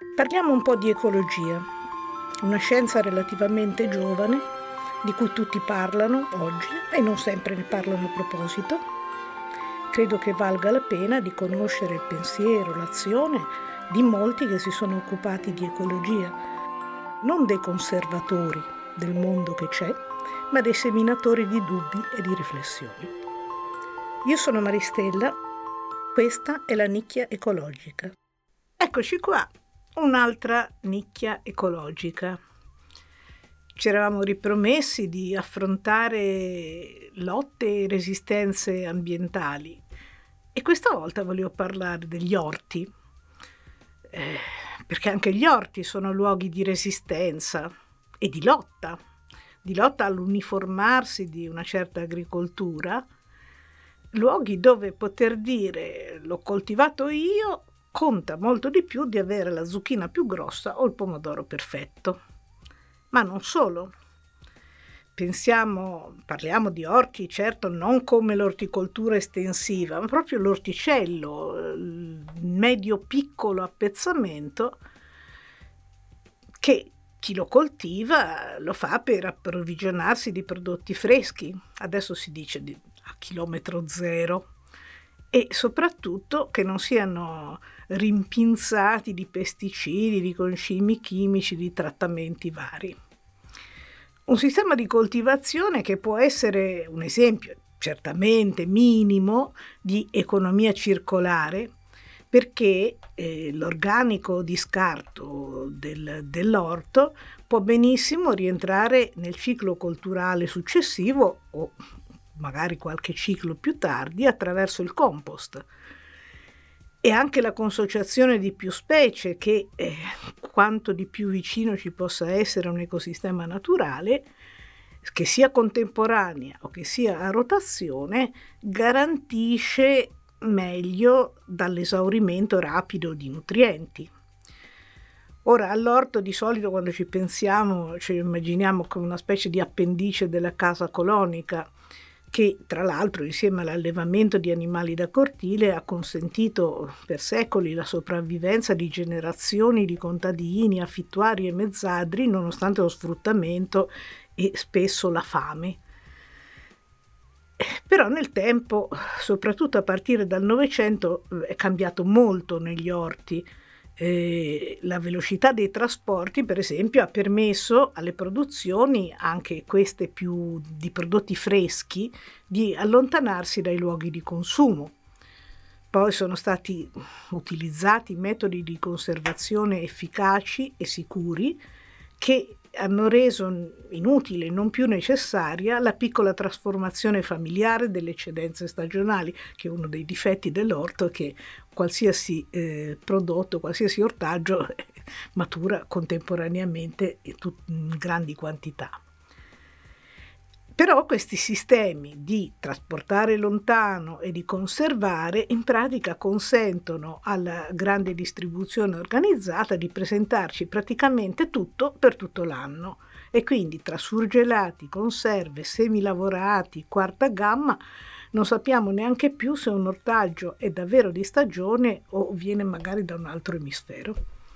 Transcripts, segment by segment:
Parliamo un po' di ecologia, una scienza relativamente giovane, di cui tutti parlano oggi e non sempre ne parlano a proposito. Credo che valga la pena di conoscere il pensiero, l'azione di molti che si sono occupati di ecologia, non dei conservatori del mondo che c'è, ma dei seminatori di dubbi e di riflessioni. Io sono Maristella, questa è la nicchia ecologica. Eccoci qua, un'altra nicchia ecologica. Ci eravamo ripromessi di affrontare lotte e resistenze ambientali e questa volta volevo parlare degli orti, perché anche gli orti sono luoghi di resistenza e di lotta all'uniformarsi di una certa agricoltura, luoghi dove poter dire l'ho coltivato io conta molto di più di avere la zucchina più grossa o il pomodoro perfetto. Ma non solo. Parliamo di orti, certo, non come l'orticoltura estensiva, ma proprio l'orticello, il medio-piccolo appezzamento che chi lo coltiva lo fa per approvvigionarsi di prodotti freschi. Adesso si dice a chilometro zero. E soprattutto che non siano rimpinzati di pesticidi, di concimi chimici, di trattamenti vari. Un sistema di coltivazione che può essere un esempio, certamente minimo, di economia circolare, perché l'organico di scarto dell'orto può benissimo rientrare nel ciclo colturale successivo o magari qualche ciclo più tardi attraverso il compost. E anche la consociazione di più specie che quanto di più vicino ci possa essere a un ecosistema naturale, che sia contemporanea o che sia a rotazione, garantisce meglio dall'esaurimento rapido di nutrienti. Ora, all'orto di solito quando ci pensiamo ci immaginiamo come una specie di appendice della casa colonica, che tra l'altro insieme all'allevamento di animali da cortile ha consentito per secoli la sopravvivenza di generazioni di contadini, affittuari e mezzadri nonostante lo sfruttamento e spesso la fame. Però nel tempo, soprattutto a partire dal Novecento, è cambiato molto negli orti. La velocità dei trasporti, per esempio, ha permesso alle produzioni, anche queste più di prodotti freschi, di allontanarsi dai luoghi di consumo. Poi sono stati utilizzati metodi di conservazione efficaci e sicuri che hanno reso inutile e non più necessaria la piccola trasformazione familiare delle eccedenze stagionali, che è uno dei difetti dell'orto, che qualsiasi prodotto, qualsiasi ortaggio matura contemporaneamente in grandi quantità. Però questi sistemi di trasportare lontano e di conservare in pratica consentono alla grande distribuzione organizzata di presentarci praticamente tutto per tutto l'anno e quindi tra surgelati, conserve, semilavorati, quarta gamma non sappiamo neanche più se un ortaggio è davvero di stagione o viene magari da un altro emisfero.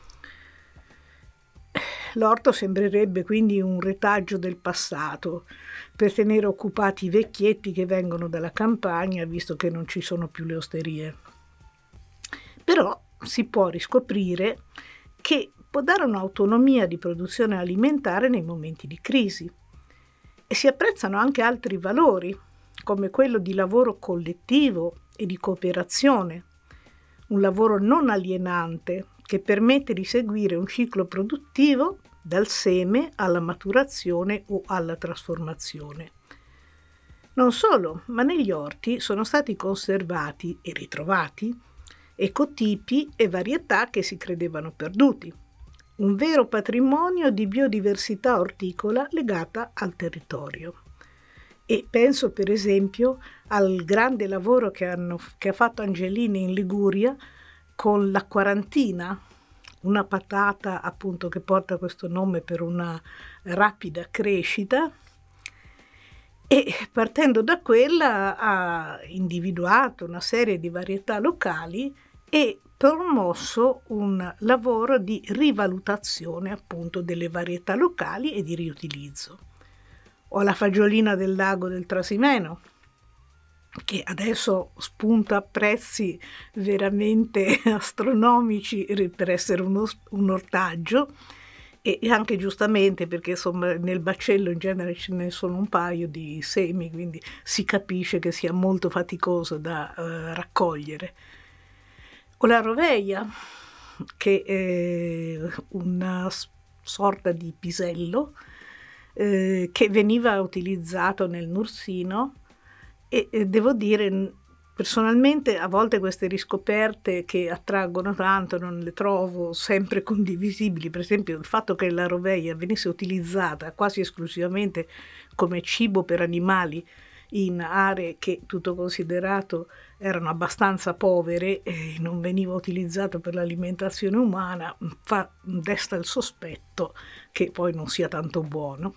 L'orto sembrerebbe quindi un retaggio del passato per tenere occupati i vecchietti che vengono dalla campagna, visto che non ci sono più le osterie. Però si può riscoprire che può dare un'autonomia di produzione alimentare nei momenti di crisi e si apprezzano anche altri valori, come quello di lavoro collettivo e di cooperazione, un lavoro non alienante che permette di seguire un ciclo produttivo dal seme alla maturazione o alla trasformazione. Non solo, ma negli orti sono stati conservati e ritrovati ecotipi e varietà che si credevano perduti. Un vero patrimonio di biodiversità orticola legata al territorio. E penso per esempio al grande lavoro che ha fatto Angelini in Liguria con la quarantina, una patata appunto che porta questo nome per una rapida crescita, e partendo da quella ha individuato una serie di varietà locali e promosso un lavoro di rivalutazione appunto delle varietà locali e di riutilizzo. O la fagiolina del lago del Trasimeno, che adesso spunta a prezzi veramente astronomici per essere un ortaggio, e anche giustamente perché insomma nel baccello in genere ce ne sono un paio di semi, quindi si capisce che sia molto faticoso da raccogliere. O la roveglia, che è una sorta di pisello che veniva utilizzato nel Nursino e devo dire, personalmente a volte queste riscoperte che attraggono tanto non le trovo sempre condivisibili. Per esempio il fatto che la roveglia venisse utilizzata quasi esclusivamente come cibo per animali in aree che, tutto considerato, erano abbastanza povere e non veniva utilizzato per l'alimentazione umana, desta il sospetto che poi non sia tanto buono.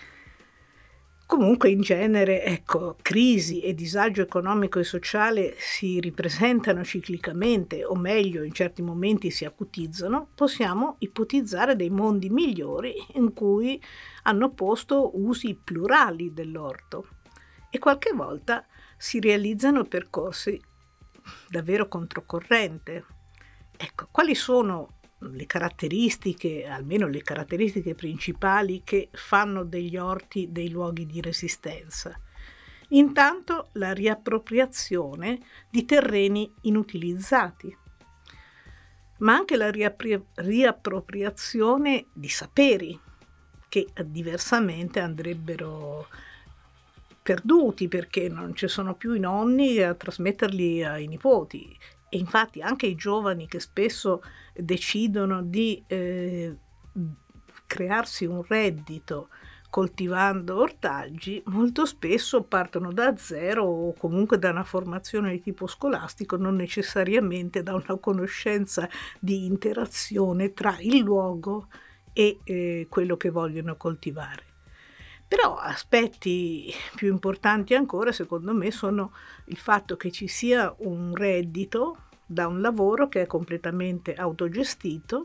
Comunque in genere, ecco, crisi e disagio economico e sociale si ripresentano ciclicamente, o meglio, in certi momenti si acutizzano, possiamo ipotizzare dei mondi migliori in cui hanno posto usi plurali dell'orto e qualche volta si realizzano percorsi davvero controcorrente. Ecco, quali sono le caratteristiche, almeno le caratteristiche principali che fanno degli orti dei luoghi di resistenza? Intanto la riappropriazione di terreni inutilizzati, ma anche la riappropriazione di saperi che diversamente andrebbero perduti perché non ci sono più i nonni a trasmetterli ai nipoti. E infatti anche i giovani che spesso decidono di crearsi un reddito coltivando ortaggi, molto spesso partono da zero o comunque da una formazione di tipo scolastico, non necessariamente da una conoscenza di interazione tra il luogo e quello che vogliono coltivare. Però aspetti più importanti ancora, secondo me, sono il fatto che ci sia un reddito da un lavoro che è completamente autogestito,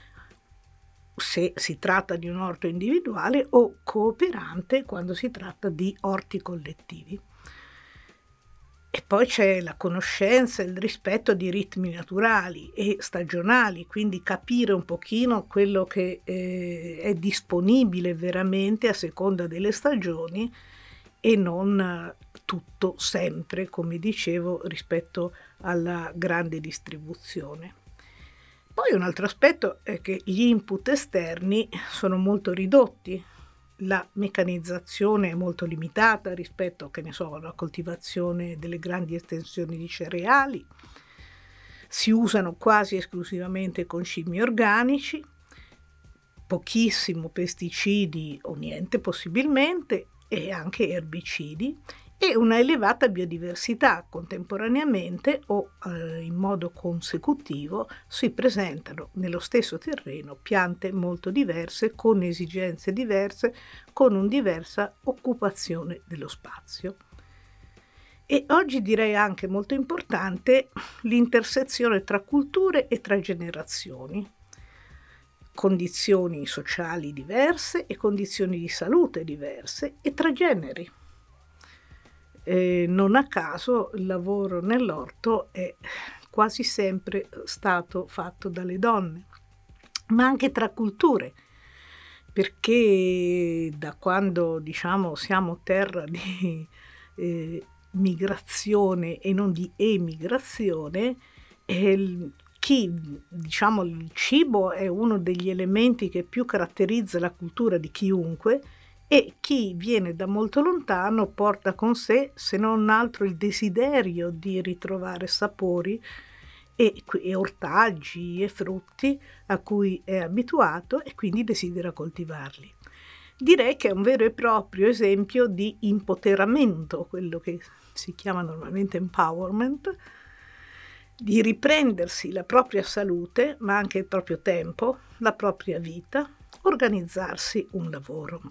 se si tratta di un orto individuale, o cooperante quando si tratta di orti collettivi. E poi c'è la conoscenza e il rispetto di ritmi naturali e stagionali, quindi capire un pochino quello che è disponibile veramente a seconda delle stagioni e non tutto sempre, come dicevo, rispetto alla grande distribuzione. Poi un altro aspetto è che gli input esterni sono molto ridotti. La meccanizzazione è molto limitata rispetto, che ne so, alla coltivazione delle grandi estensioni di cereali. Si usano quasi esclusivamente concimi organici, pochissimo pesticidi o niente possibilmente, e anche erbicidi, e una elevata biodiversità. Contemporaneamente o in modo consecutivo si presentano nello stesso terreno piante molto diverse, con esigenze diverse, con una diversa occupazione dello spazio. E oggi direi anche molto importante l'intersezione tra culture e tra generazioni, condizioni sociali diverse e condizioni di salute diverse, e tra generi. Non a caso il lavoro nell'orto è quasi sempre stato fatto dalle donne, ma anche tra culture, perché da quando, diciamo, siamo terra di migrazione e non di emigrazione, diciamo, il cibo è uno degli elementi che più caratterizza la cultura di chiunque, e chi viene da molto lontano porta con sé, se non altro, il desiderio di ritrovare sapori e ortaggi e frutti a cui è abituato e quindi desidera coltivarli. Direi che è un vero e proprio esempio di impoteramento, quello che si chiama normalmente empowerment, di riprendersi la propria salute, ma anche il proprio tempo, la propria vita, organizzarsi un lavoro.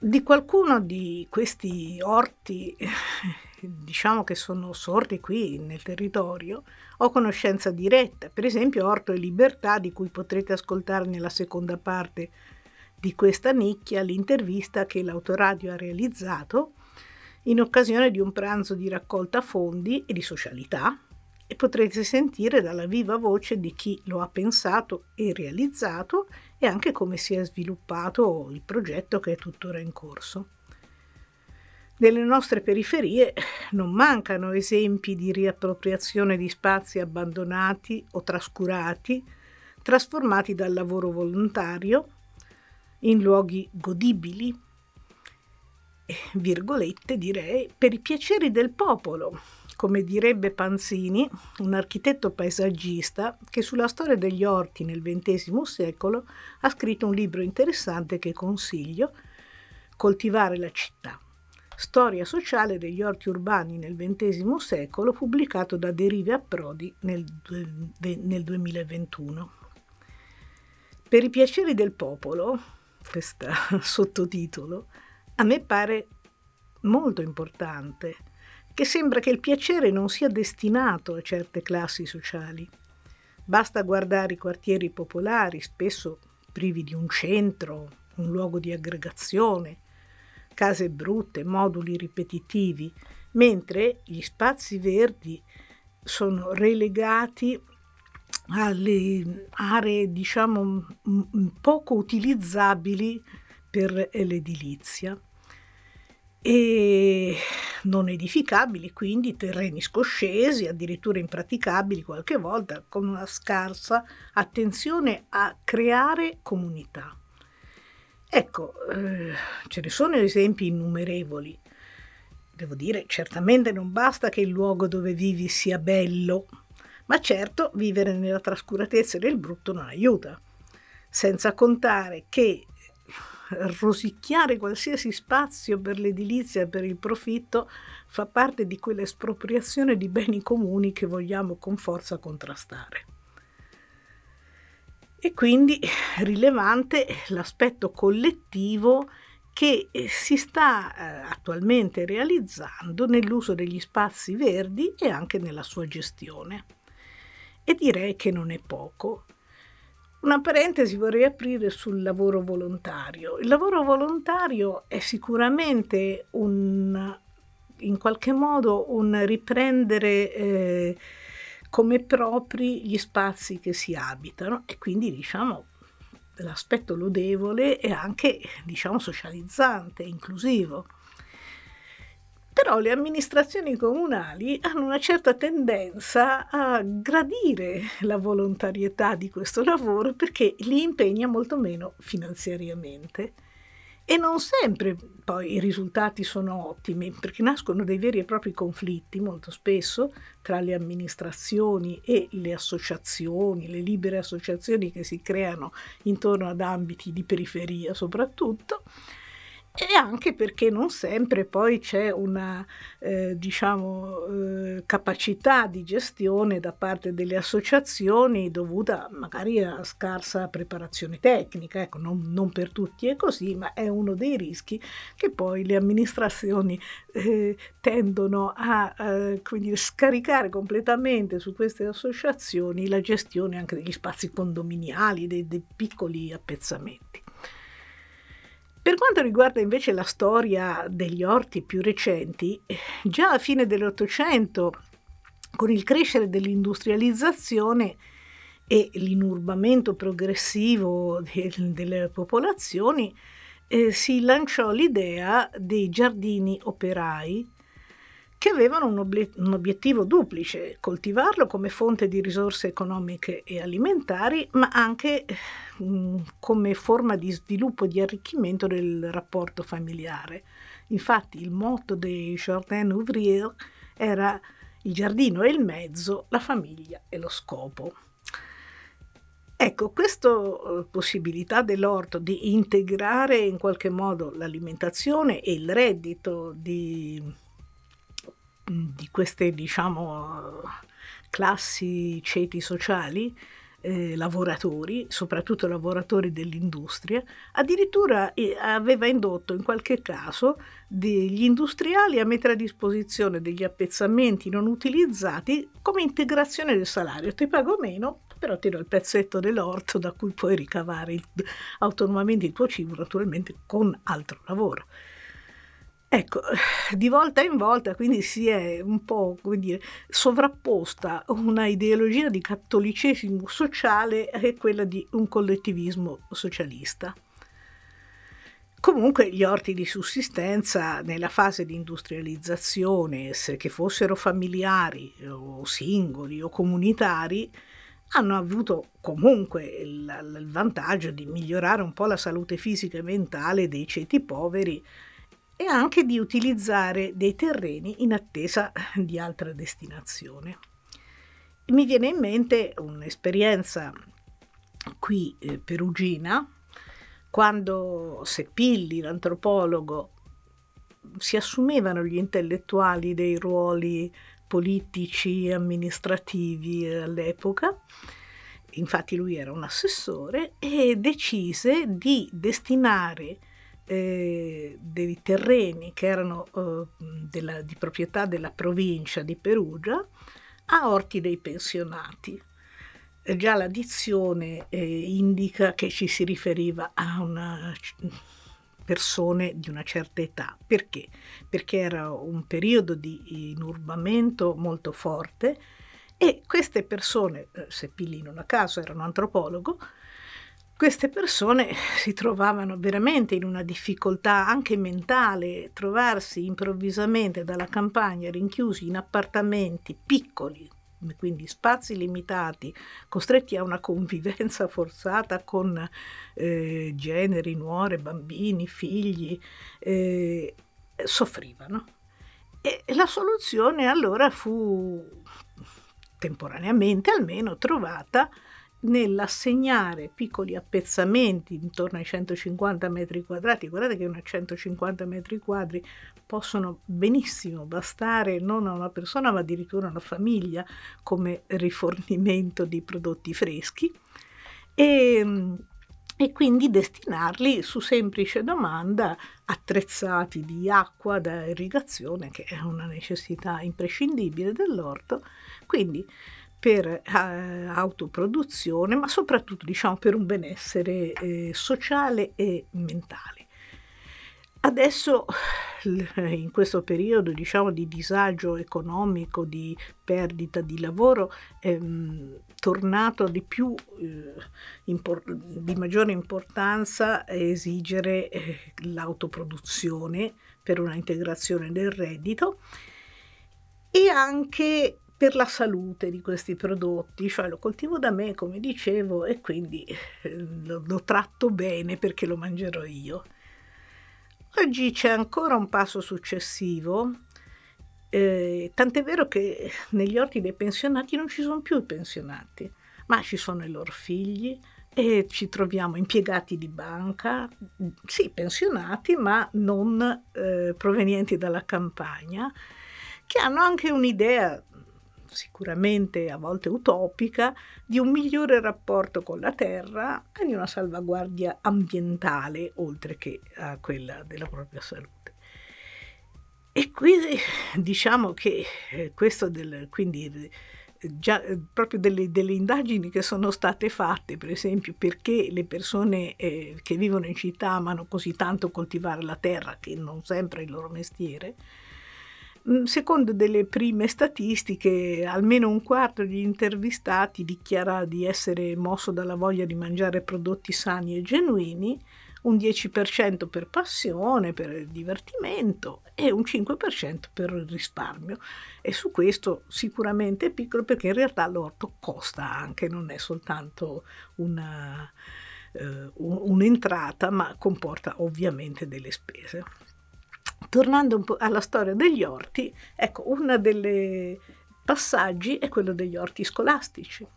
Di qualcuno di questi orti, diciamo che sono sorti qui nel territorio, ho conoscenza diretta, per esempio Orto e Libertà, di cui potrete ascoltare nella seconda parte di questa nicchia l'intervista che l'Autoradio ha realizzato in occasione di un pranzo di raccolta fondi e di socialità, e potrete sentire dalla viva voce di chi lo ha pensato e realizzato e anche come si è sviluppato il progetto che è tuttora in corso. Nelle nostre periferie non mancano esempi di riappropriazione di spazi abbandonati o trascurati, trasformati dal lavoro volontario in luoghi godibili, virgolette direi, per i piaceri del popolo, come direbbe Panzini, un architetto paesaggista che sulla storia degli orti nel XX secolo ha scritto un libro interessante che consiglio, Coltivare la città, storia sociale degli orti urbani nel XX secolo, pubblicato da Derive Approdi nel 2021. Per i piaceri del popolo, questo sottotitolo, a me pare molto importante, che sembra che il piacere non sia destinato a certe classi sociali. Basta guardare i quartieri popolari, spesso privi di un centro, un luogo di aggregazione, case brutte, moduli ripetitivi, mentre gli spazi verdi sono relegati alle aree, diciamo, poco utilizzabili per l'edilizia e non edificabili, quindi terreni scoscesi, addirittura impraticabili qualche volta, con una scarsa attenzione a creare comunità. Ecco, ce ne sono esempi innumerevoli. Devo dire, certamente non basta che il luogo dove vivi sia bello, ma certo vivere nella trascuratezza del brutto non aiuta, senza contare che rosicchiare qualsiasi spazio per l'edilizia e per il profitto fa parte di quell'espropriazione di beni comuni che vogliamo con forza contrastare. E quindi rilevante l'aspetto collettivo che si sta attualmente realizzando nell'uso degli spazi verdi e anche nella sua gestione. E direi che non è poco. Una parentesi vorrei aprire sul lavoro volontario. Il lavoro volontario è sicuramente in qualche modo un riprendere come propri gli spazi che si abitano, e quindi diciamo l'aspetto lodevole e anche diciamo socializzante, inclusivo. Però le amministrazioni comunali hanno una certa tendenza a gradire la volontarietà di questo lavoro perché li impegna molto meno finanziariamente. E non sempre poi i risultati sono ottimi, perché nascono dei veri e propri conflitti molto spesso tra le amministrazioni e le associazioni, le libere associazioni che si creano intorno ad ambiti di periferia soprattutto, e anche perché non sempre poi c'è una capacità di gestione da parte delle associazioni dovuta magari a scarsa preparazione tecnica. Ecco, non per tutti è così, ma è uno dei rischi che poi le amministrazioni tendono a quindi scaricare completamente su queste associazioni la gestione anche degli spazi condominiali, dei piccoli appezzamenti. Per quanto riguarda invece la storia degli orti più recenti, già a fine dell'Ottocento, con il crescere dell'industrializzazione e l'inurbamento progressivo delle popolazioni, si lanciò l'idea dei giardini operai, che avevano un obiettivo duplice: coltivarlo come fonte di risorse economiche e alimentari, ma anche come forma di sviluppo e di arricchimento del rapporto familiare. Infatti il motto dei Jardins Ouvriers era: il giardino è il mezzo, la famiglia è lo scopo. Ecco, questa possibilità dell'orto di integrare in qualche modo l'alimentazione e il reddito di queste, diciamo, classi, ceti sociali, lavoratori, soprattutto lavoratori dell'industria, addirittura aveva indotto in qualche caso degli industriali a mettere a disposizione degli appezzamenti non utilizzati come integrazione del salario. Ti pago meno, però ti do il pezzetto dell'orto da cui puoi ricavare autonomamente il tuo cibo, naturalmente con altro lavoro. Ecco, di volta in volta quindi si è un po', come dire, sovrapposta una ideologia di cattolicesimo sociale e quella di un collettivismo socialista. Comunque gli orti di sussistenza nella fase di industrializzazione, che fossero familiari o singoli o comunitari, hanno avuto comunque il vantaggio di migliorare un po' la salute fisica e mentale dei ceti poveri e anche di utilizzare dei terreni in attesa di altra destinazione. Mi viene in mente un'esperienza qui perugina, quando Seppilli, l'antropologo, si assumevano gli intellettuali dei ruoli politici e amministrativi all'epoca. Infatti lui era un assessore e decise di destinare dei terreni che erano di proprietà della provincia di Perugia a orti dei pensionati. Già la dizione indica che ci si riferiva a persone di una certa età. Perché? Perché era un periodo di inurbamento molto forte e queste persone, Seppilli non a caso era un antropologo, queste persone si trovavano veramente in una difficoltà anche mentale, trovarsi improvvisamente dalla campagna rinchiusi in appartamenti piccoli, quindi spazi limitati, costretti a una convivenza forzata con generi, nuore, bambini, figli, soffrivano. E la soluzione allora fu temporaneamente almeno trovata nell'assegnare piccoli appezzamenti intorno ai 150 metri quadrati. Guardate che 150 metri quadri possono benissimo bastare non a una persona ma addirittura a una famiglia come rifornimento di prodotti freschi e quindi destinarli su semplice domanda, attrezzati di acqua da irrigazione, che è una necessità imprescindibile dell'orto, quindi per autoproduzione, ma soprattutto diciamo per un benessere sociale e mentale. Adesso in questo periodo diciamo di disagio economico, di perdita di lavoro, è tornato di più di maggiore importanza esigere l'autoproduzione per una integrazione del reddito e anche per la salute di questi prodotti, cioè lo coltivo da me come dicevo e quindi lo tratto bene perché lo mangerò io. Oggi c'è ancora un passo successivo, tant'è vero che negli orti dei pensionati non ci sono più i pensionati, ma ci sono i loro figli e ci troviamo impiegati di banca, sì, pensionati, ma non provenienti dalla campagna, che hanno anche un'idea sicuramente a volte utopica, di un migliore rapporto con la terra e di una salvaguardia ambientale, oltre che a quella della propria salute. E quindi diciamo che questo quindi già proprio delle indagini che sono state fatte, per esempio, perché le persone che vivono in città amano così tanto coltivare la terra, che non sempre è il loro mestiere. Secondo delle prime statistiche, almeno un quarto degli intervistati dichiara di essere mosso dalla voglia di mangiare prodotti sani e genuini, un 10% per passione, per divertimento e un 5% per il risparmio. E su questo sicuramente è piccolo perché in realtà l'orto costa anche, non è soltanto un'entrata, ma comporta ovviamente delle spese. Tornando un po' alla storia degli orti, ecco, uno dei passaggi è quello degli orti scolastici.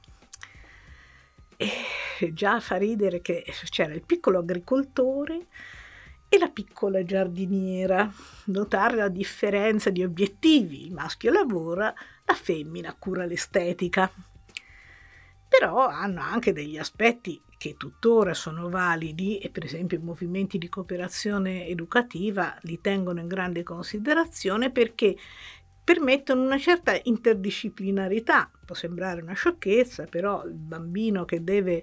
E già fa ridere che c'era il piccolo agricoltore e la piccola giardiniera. Notare la differenza di obiettivi: il maschio lavora, la femmina cura l'estetica. però hanno anche degli aspetti che tuttora sono validi e per esempio i movimenti di cooperazione educativa li tengono in grande considerazione perché permettono una certa interdisciplinarità. Può sembrare una sciocchezza, però il bambino che deve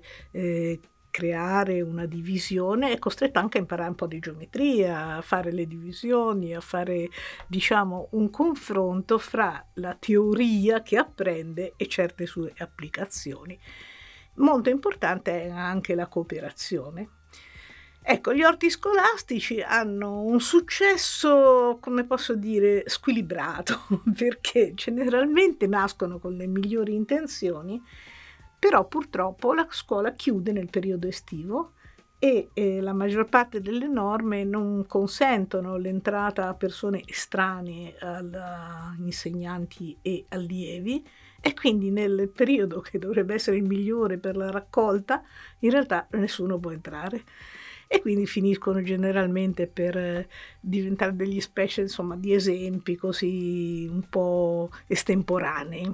creare una divisione è costretto anche a imparare un po' di geometria, a fare le divisioni, a fare, diciamo, un confronto fra la teoria che apprende e certe sue applicazioni. Molto importante è anche la cooperazione. Ecco, gli orti scolastici hanno un successo, come posso dire, squilibrato, perché generalmente nascono con le migliori intenzioni, però purtroppo la scuola chiude nel periodo estivo e la maggior parte delle norme non consentono l'entrata a persone estranee agli insegnanti e allievi, e quindi nel periodo che dovrebbe essere il migliore per la raccolta, in realtà nessuno può entrare. E quindi finiscono generalmente per diventare degli specie, insomma, di esempi così un po' estemporanei.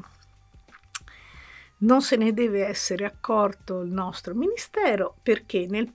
Non se ne deve essere accorto il nostro Ministero perché nel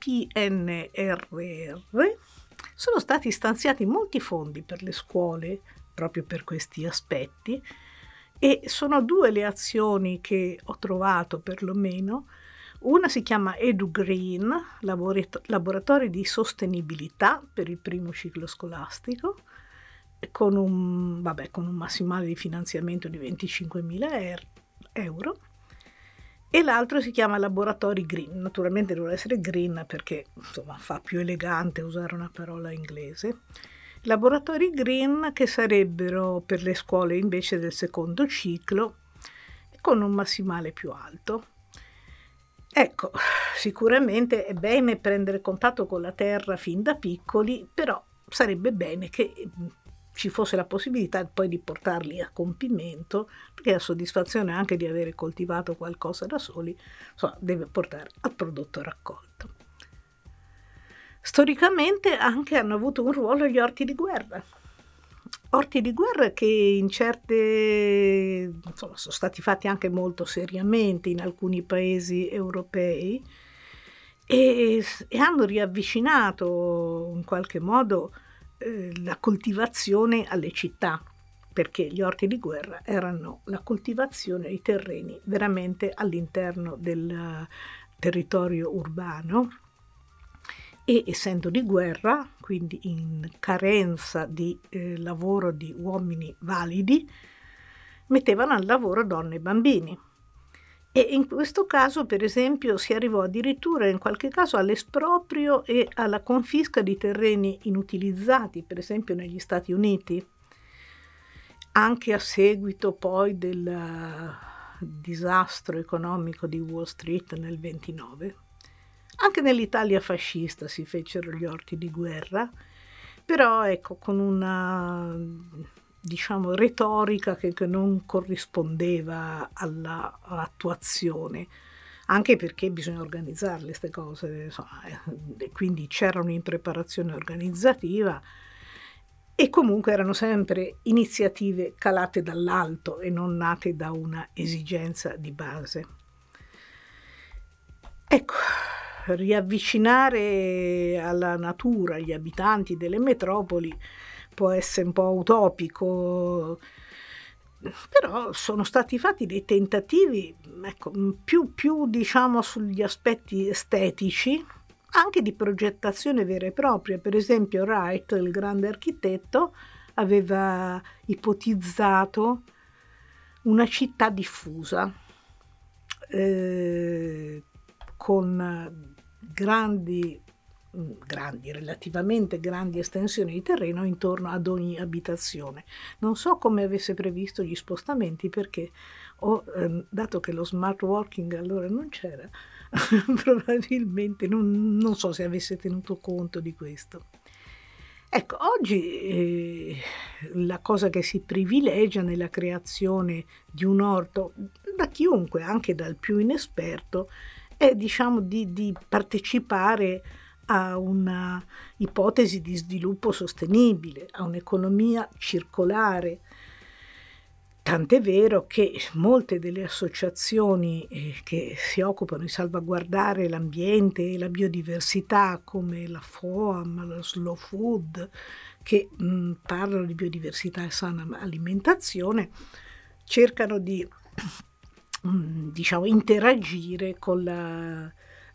PNRR sono stati stanziati molti fondi per le scuole proprio per questi aspetti e sono 2 le azioni che ho trovato perlomeno. Una si chiama EduGreen, laboratori di sostenibilità per il primo ciclo scolastico, con un massimale di finanziamento di 25.000 euro. E l'altro si chiama Laboratori Green, naturalmente deve essere green perché insomma fa più elegante usare una parola inglese. Laboratori green che sarebbero per le scuole invece del secondo ciclo con un massimale più alto. Ecco, sicuramente è bene prendere contatto con la terra fin da piccoli, però sarebbe bene che ci fosse la possibilità poi di portarli a compimento, perché la soddisfazione anche di avere coltivato qualcosa da soli, insomma, deve portare al prodotto raccolto. Storicamente anche hanno avuto un ruolo gli orti di guerra. Orti di guerra che in certe, insomma, sono stati fatti anche molto seriamente in alcuni paesi europei e hanno riavvicinato in qualche modo la coltivazione alle città, perché gli orti di guerra erano la coltivazione di terreni veramente all'interno del territorio urbano e essendo di guerra, quindi in carenza di lavoro di uomini validi, mettevano al lavoro donne e bambini. E in questo caso, per esempio, si arrivò addirittura in qualche caso all'esproprio e alla confisca di terreni inutilizzati, per esempio negli Stati Uniti, anche a seguito poi del disastro economico di Wall Street nel 29. Anche nell'Italia fascista si fecero gli orti di guerra, però ecco, con una, diciamo, retorica che non corrispondeva all'attuazione, anche perché bisogna organizzarle queste cose, insomma, quindi c'era un'impreparazione organizzativa e comunque erano sempre iniziative calate dall'alto e non nate da una esigenza di base. Ecco, riavvicinare alla natura gli abitanti delle metropoli può essere un po' utopico, però sono stati fatti dei tentativi, ecco, più diciamo sugli aspetti estetici, anche di progettazione vera e propria. Per esempio Wright, il grande architetto, aveva ipotizzato una città diffusa, con relativamente grandi estensioni di terreno intorno ad ogni abitazione. Non so come avesse previsto gli spostamenti perché dato che lo smart working allora non c'era, probabilmente non so se avesse tenuto conto di questo. Ecco, oggi la cosa che si privilegia nella creazione di un orto da chiunque, anche dal più inesperto, è diciamo di partecipare a una ipotesi di sviluppo sostenibile, a un'economia circolare. Tant'è vero che molte delle associazioni, che si occupano di salvaguardare l'ambiente e la biodiversità, come la FOAM, la Slow Food, che, parlano di biodiversità e sana alimentazione, cercano di, diciamo, interagire con la,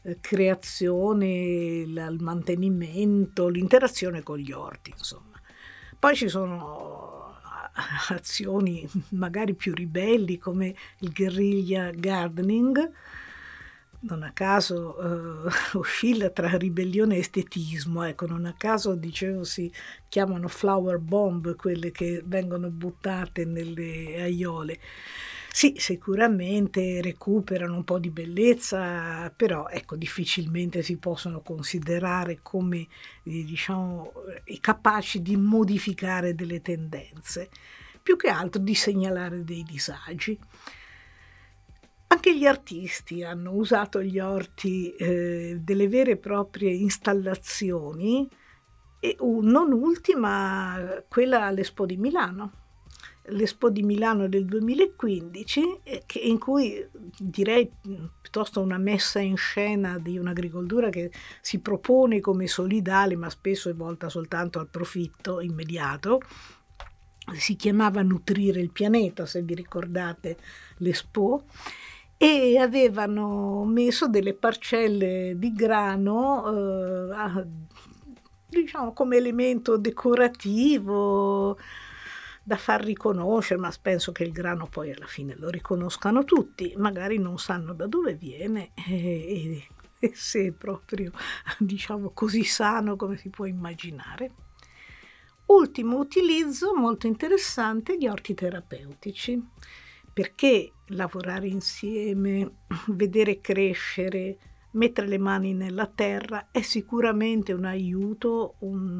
creazione, il mantenimento, l'interazione con gli orti, insomma. Poi ci sono azioni magari più ribelli come il guerriglia gardening, non a caso oscilla tra ribellione e estetismo, ecco, non a caso dicevo si chiamano flower bomb quelle che vengono buttate nelle aiole. Sì, sicuramente recuperano un po' di bellezza, però ecco, difficilmente si possono considerare come, diciamo, capaci di modificare delle tendenze, più che altro di segnalare dei disagi. Anche gli artisti hanno usato gli orti, delle vere e proprie installazioni e non ultima quella all'Expo di Milano. L'Expo di Milano del 2015, in cui direi piuttosto una messa in scena di un'agricoltura che si propone come solidale, ma spesso è volta soltanto al profitto immediato. Si chiamava Nutrire il pianeta, se vi ricordate l'Expo, e avevano messo delle parcelle di grano, diciamo come elemento decorativo da far riconoscere, ma penso che il grano poi alla fine lo riconoscano tutti, magari non sanno da dove viene e se è proprio, diciamo, così sano come si può immaginare. Ultimo utilizzo molto interessante, gli orti terapeutici. Perché lavorare insieme, vedere crescere, mettere le mani nella terra è sicuramente un aiuto,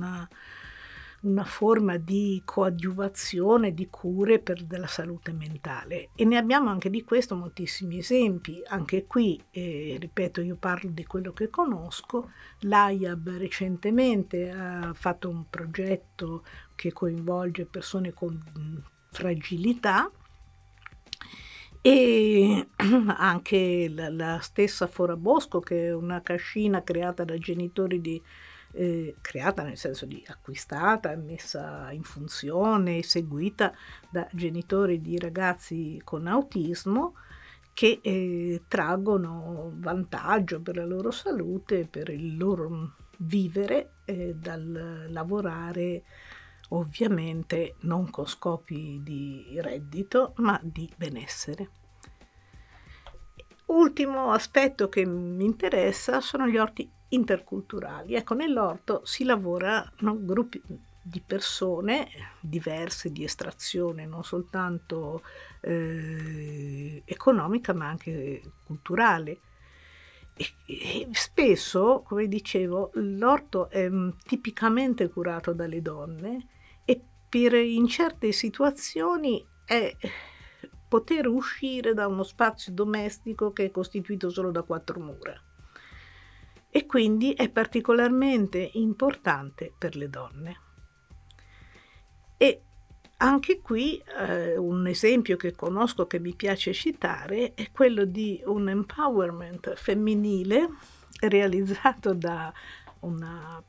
una forma di coadiuvazione, di cure per della salute mentale, e ne abbiamo anche di questo moltissimi esempi. Anche qui, ripeto, io parlo di quello che conosco. L'AIAB recentemente ha fatto un progetto che coinvolge persone con fragilità, e anche la stessa Forabosco, che è una cascina creata da genitori creata nel senso di acquistata, messa in funzione, seguita da genitori di ragazzi con autismo che traggono vantaggio per la loro salute, per il loro vivere, dal lavorare ovviamente non con scopi di reddito, ma di benessere. Ultimo aspetto che mi interessa sono gli orti interculturali. Ecco, nell'orto si lavorano gruppi di persone diverse, di estrazione non soltanto economica, ma anche culturale. E spesso, come dicevo, l'orto è tipicamente curato dalle donne, e in certe situazioni è poter uscire da uno spazio domestico che è costituito solo da 4 mura, e quindi è particolarmente importante per le donne. E anche qui un esempio che conosco, che mi piace citare, è quello di un empowerment femminile realizzato da una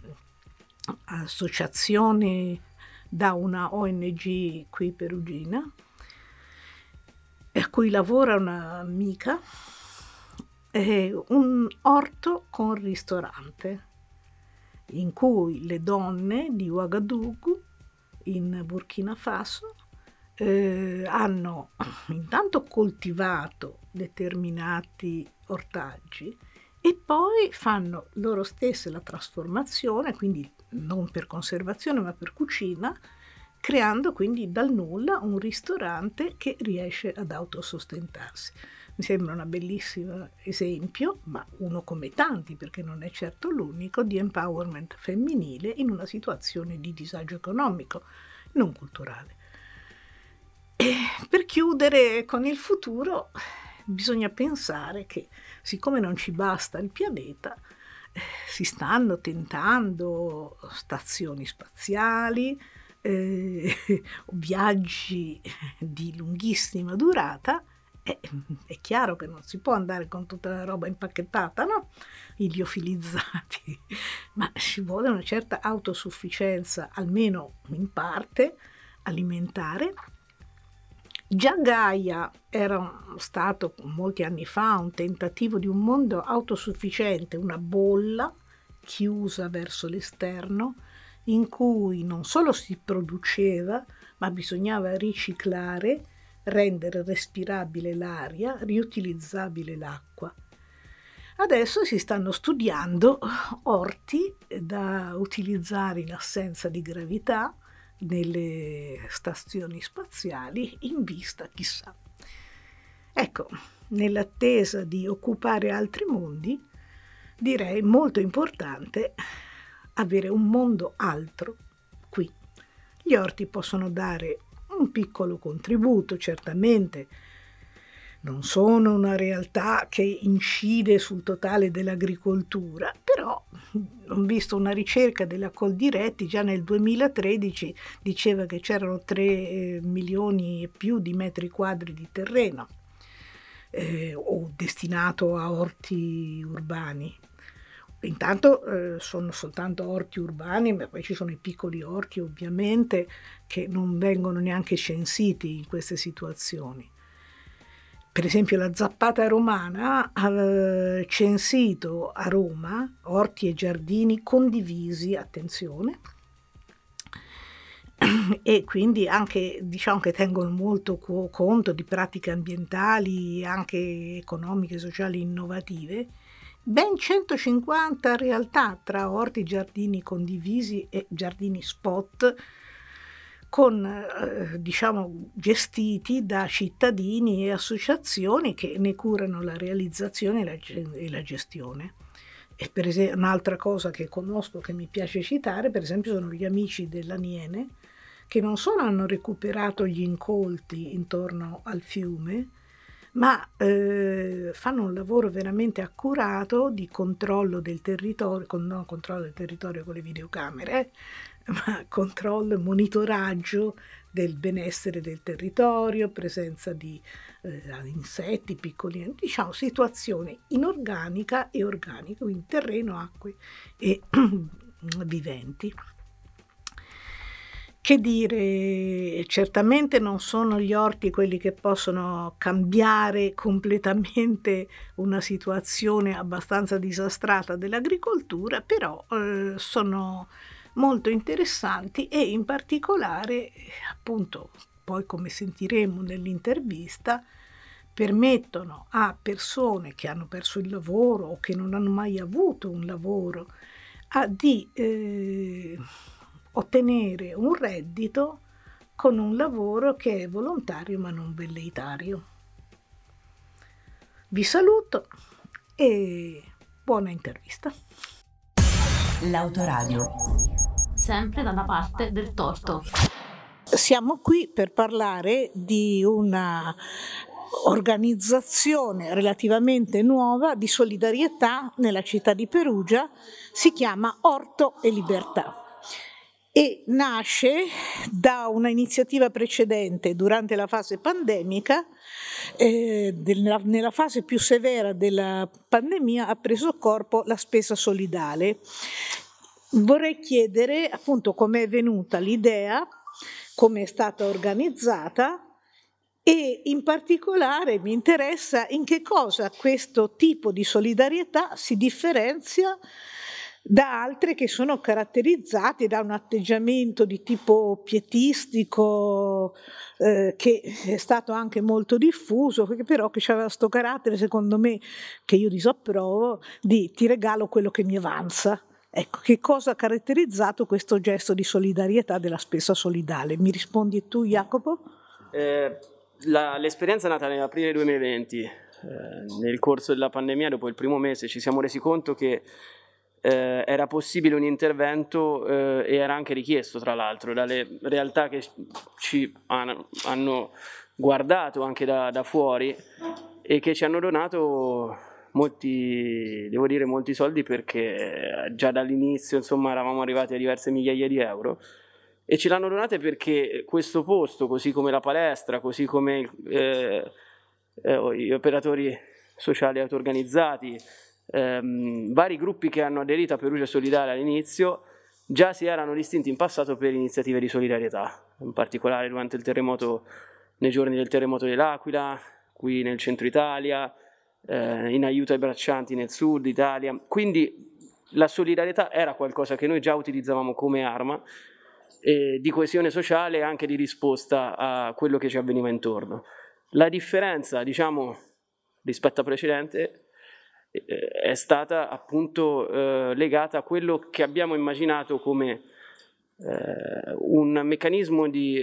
associazione, da una ONG qui perugina, a cui lavora un'amica, un orto con ristorante, in cui le donne di Ouagadougou, in Burkina Faso, hanno intanto coltivato determinati ortaggi e poi fanno loro stesse la trasformazione, quindi non per conservazione ma per cucina, creando quindi dal nulla un ristorante che riesce ad autosostentarsi. Mi sembra un bellissimo esempio, ma uno come tanti, perché non è certo l'unico, di empowerment femminile in una situazione di disagio economico, non culturale. E per chiudere con il futuro, bisogna pensare che, siccome non ci basta il pianeta, si stanno tentando stazioni spaziali, eh, viaggi di lunghissima durata, è chiaro che non si può andare con tutta la roba impacchettata, no? I liofilizzati, ma ci vuole una certa autosufficienza, almeno in parte, alimentare. Già Gaia era stato molti anni fa un tentativo di un mondo autosufficiente, una bolla chiusa verso l'esterno, in cui non solo si produceva, ma bisognava riciclare, rendere respirabile l'aria, riutilizzabile l'acqua. Adesso si stanno studiando orti da utilizzare in assenza di gravità nelle stazioni spaziali in vista, chissà. Ecco, nell'attesa di occupare altri mondi, direi molto importante avere un mondo altro qui. Gli orti possono dare un piccolo contributo, certamente. Non sono una realtà che incide sul totale dell'agricoltura, però ho visto una ricerca della Coldiretti già nel 2013 diceva che c'erano 3 milioni e più di metri quadri di terreno o destinato a orti urbani. Intanto sono soltanto orti urbani, ma poi ci sono i piccoli orti ovviamente che non vengono neanche censiti in queste situazioni. Per esempio la Zappata romana ha censito a Roma orti e giardini condivisi, attenzione, e quindi anche diciamo che tengono molto conto di pratiche ambientali, anche economiche e sociali innovative. Ben 150 realtà tra orti, giardini condivisi e giardini spot diciamo gestiti da cittadini e associazioni che ne curano la realizzazione e la gestione. E per esempio un'altra cosa che conosco, che mi piace citare, per esempio sono gli amici dell'Aniene, che non solo hanno recuperato gli incolti intorno al fiume, ma fanno un lavoro veramente accurato di controllo del territorio, non controllo del territorio con le videocamere, ma controllo e monitoraggio del benessere del territorio, presenza di insetti, piccoli, diciamo situazioni inorganica e organica, quindi terreno, acque e viventi. Che dire, certamente non sono gli orti quelli che possono cambiare completamente una situazione abbastanza disastrata dell'agricoltura, però sono molto interessanti e in particolare, appunto, poi come sentiremo nell'intervista, permettono a persone che hanno perso il lavoro o che non hanno mai avuto un lavoro di ottenere un reddito con un lavoro che è volontario ma non velleitario. Vi saluto e buona intervista. L'Autoradio. Sempre dalla parte del torto. Siamo qui per parlare di una organizzazione relativamente nuova di solidarietà nella città di Perugia, si chiama Orto e Libertà e nasce da una iniziativa precedente durante la fase pandemica. Nella fase più severa della pandemia ha preso corpo la spesa solidale. Vorrei chiedere appunto come è venuta l'idea, come è stata organizzata e in particolare mi interessa in che cosa questo tipo di solidarietà si differenzia da altre che sono caratterizzate da un atteggiamento di tipo pietistico che è stato anche molto diffuso, che però che aveva sto carattere, secondo me, che io disapprovo, di ti regalo quello che mi avanza. Ecco, che cosa ha caratterizzato questo gesto di solidarietà della spesa solidale? Mi rispondi tu, Jacopo? L'esperienza è nata nell'aprile 2020, nel corso della pandemia, dopo il primo mese ci siamo resi conto che era possibile un intervento e era anche richiesto, tra l'altro, dalle realtà che ci hanno guardato anche da fuori e che ci hanno donato molti soldi, perché già dall'inizio insomma eravamo arrivati a diverse migliaia di euro e ce l'hanno donate perché questo posto, così come la palestra, così come gli operatori sociali auto-organizzati, vari gruppi che hanno aderito a Perugia Solidale all'inizio, già si erano distinti in passato per iniziative di solidarietà, in particolare durante il terremoto, nei giorni del terremoto dell'Aquila, qui nel centro Italia, in aiuto ai braccianti nel sud Italia. Quindi la solidarietà era qualcosa che noi già utilizzavamo come arma di coesione sociale e anche di risposta a quello che ci avveniva intorno. La differenza, diciamo, rispetto al precedente è stata appunto legata a quello che abbiamo immaginato come un meccanismo di,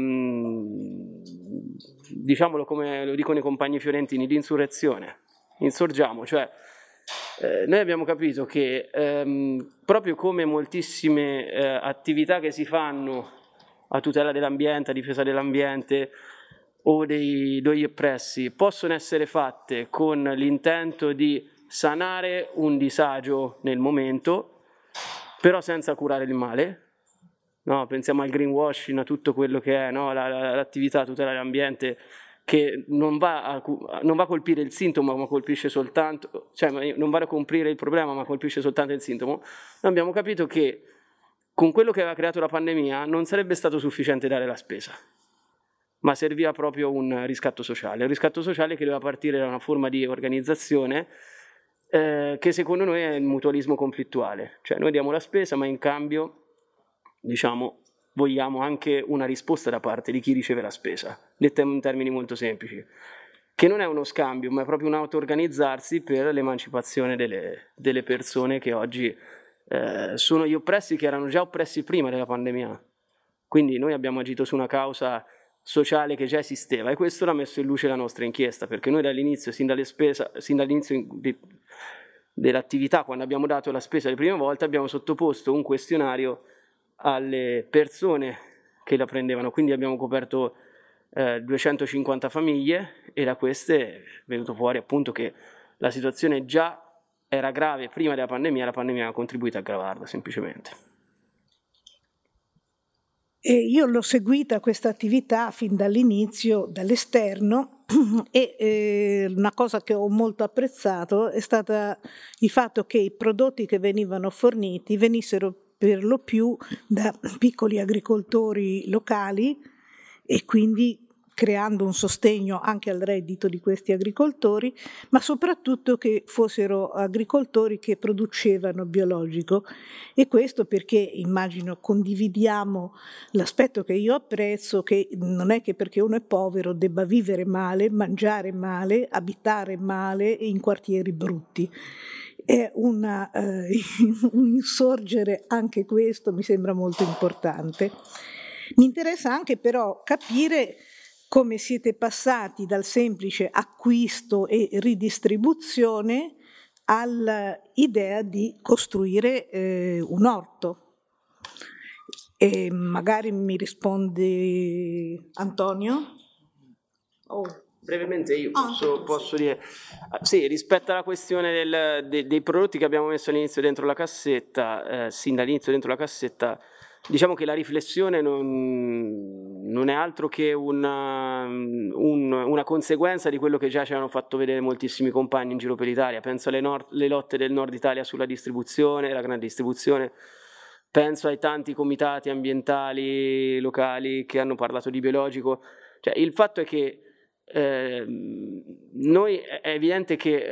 diciamolo come lo dicono i compagni fiorentini, di insurrezione. Insorgiamo, cioè noi abbiamo capito che proprio come moltissime attività che si fanno a tutela dell'ambiente, a difesa dell'ambiente o degli oppressi possono essere fatte con l'intento di sanare un disagio nel momento, però senza curare il male. No, pensiamo al greenwashing, a tutto quello che è, no? L'attività a tutela dell'ambiente che non va a colpire il sintomo, ma colpisce soltanto, cioè non va a coprire il problema, ma colpisce soltanto il sintomo. Noi abbiamo capito che con quello che aveva creato la pandemia non sarebbe stato sufficiente dare la spesa, ma serviva proprio un riscatto sociale che doveva partire da una forma di organizzazione che secondo noi è il mutualismo conflittuale, cioè noi diamo la spesa, ma in cambio, diciamo, vogliamo anche una risposta da parte di chi riceve la spesa, detta in termini molto semplici, che non è uno scambio, ma è proprio un auto-organizzarsi per l'emancipazione delle persone che oggi sono gli oppressi, che erano già oppressi prima della pandemia. Quindi noi abbiamo agito su una causa sociale che già esisteva e questo l'ha messo in luce la nostra inchiesta, perché noi dall'inizio, sin dall'inizio dell'attività, quando abbiamo dato la spesa le prime volte, abbiamo sottoposto un questionario alle persone che la prendevano, quindi abbiamo coperto 250 famiglie e da queste è venuto fuori appunto che la situazione già era grave prima della pandemia, la pandemia ha contribuito a aggravarla semplicemente. E io l'ho seguita questa attività fin dall'inizio, dall'esterno, e una cosa che ho molto apprezzato è stata il fatto che i prodotti che venivano forniti venissero per lo più da piccoli agricoltori locali e quindi creando un sostegno anche al reddito di questi agricoltori, ma soprattutto che fossero agricoltori che producevano biologico. E questo perché immagino condividiamo l'aspetto che io apprezzo, che non è che perché uno è povero debba vivere male, mangiare male, abitare male in quartieri brutti. È un insorgere anche questo mi sembra molto importante. Mi interessa anche però capire come siete passati dal semplice acquisto e ridistribuzione all'idea di costruire un orto. E magari mi risponde Antonio? Brevemente io posso dire, sì, rispetto alla questione dei prodotti che abbiamo messo all'inizio dentro la cassetta, sin dall'inizio dentro la cassetta, diciamo che la riflessione non è altro che una conseguenza di quello che già ci hanno fatto vedere moltissimi compagni in giro per l'Italia. Penso alle lotte del nord Italia sulla distribuzione, la grande distribuzione, penso ai tanti comitati ambientali locali che hanno parlato di biologico. Cioè, il fatto è che noi è evidente che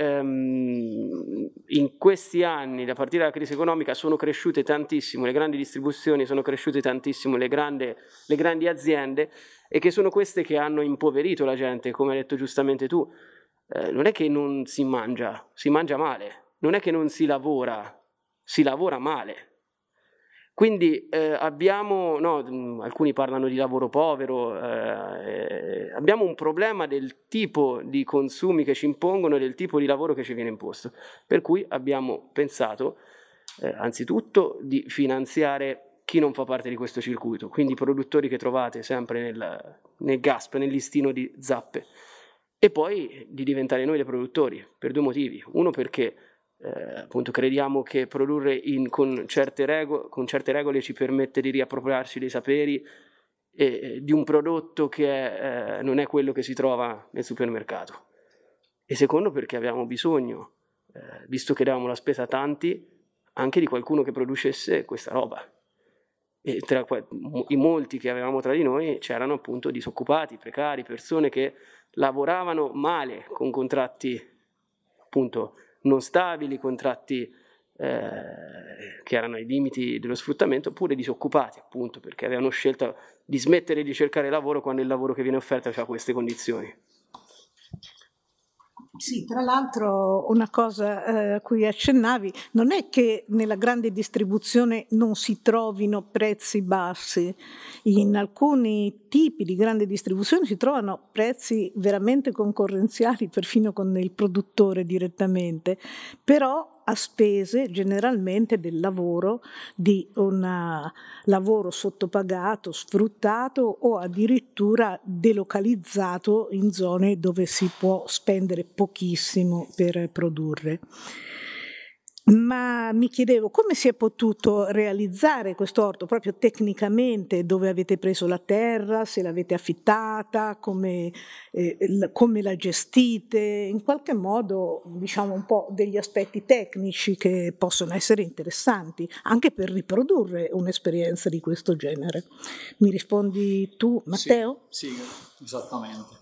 in questi anni, a partire dalla crisi economica, sono cresciute tantissimo le grandi distribuzioni, sono cresciute tantissimo le grandi aziende, e che sono queste che hanno impoverito la gente, come hai detto giustamente tu. Non è che non si mangia male, non è che non si lavora male. Quindi abbiamo, no, alcuni parlano di lavoro povero, abbiamo un problema del tipo di consumi che ci impongono e del tipo di lavoro che ci viene imposto, per cui abbiamo pensato anzitutto di finanziare chi non fa parte di questo circuito, quindi i produttori che trovate sempre nel GASP, nel listino di Zappe, e poi di diventare noi dei produttori, per due motivi. Uno, perché appunto crediamo che produrre con certe regole ci permette di riappropriarci dei saperi e di un prodotto che non è quello che si trova nel supermercato. E secondo, perché avevamo bisogno, visto che davamo la spesa a tanti, anche di qualcuno che producesse questa roba. E tra i molti che avevamo tra di noi c'erano appunto disoccupati, precari, persone che lavoravano male con contratti appunto non stabili, contratti che erano ai limiti dello sfruttamento, oppure disoccupati appunto perché avevano scelto di smettere di cercare lavoro quando il lavoro che viene offerto aveva queste condizioni. Sì, tra l'altro una cosa a cui accennavi, non è che nella grande distribuzione non si trovino prezzi bassi, in alcuni tipi di grande distribuzione si trovano prezzi veramente concorrenziali perfino con il produttore direttamente, però a spese generalmente del lavoro, di un lavoro sottopagato, sfruttato o addirittura delocalizzato in zone dove si può spendere pochissimo per produrre. Ma mi chiedevo come si è potuto realizzare questo orto proprio tecnicamente, dove avete preso la terra, se l'avete affittata, come la gestite, in qualche modo diciamo un po' degli aspetti tecnici che possono essere interessanti anche per riprodurre un'esperienza di questo genere. Mi rispondi tu, Matteo? Sì, esattamente.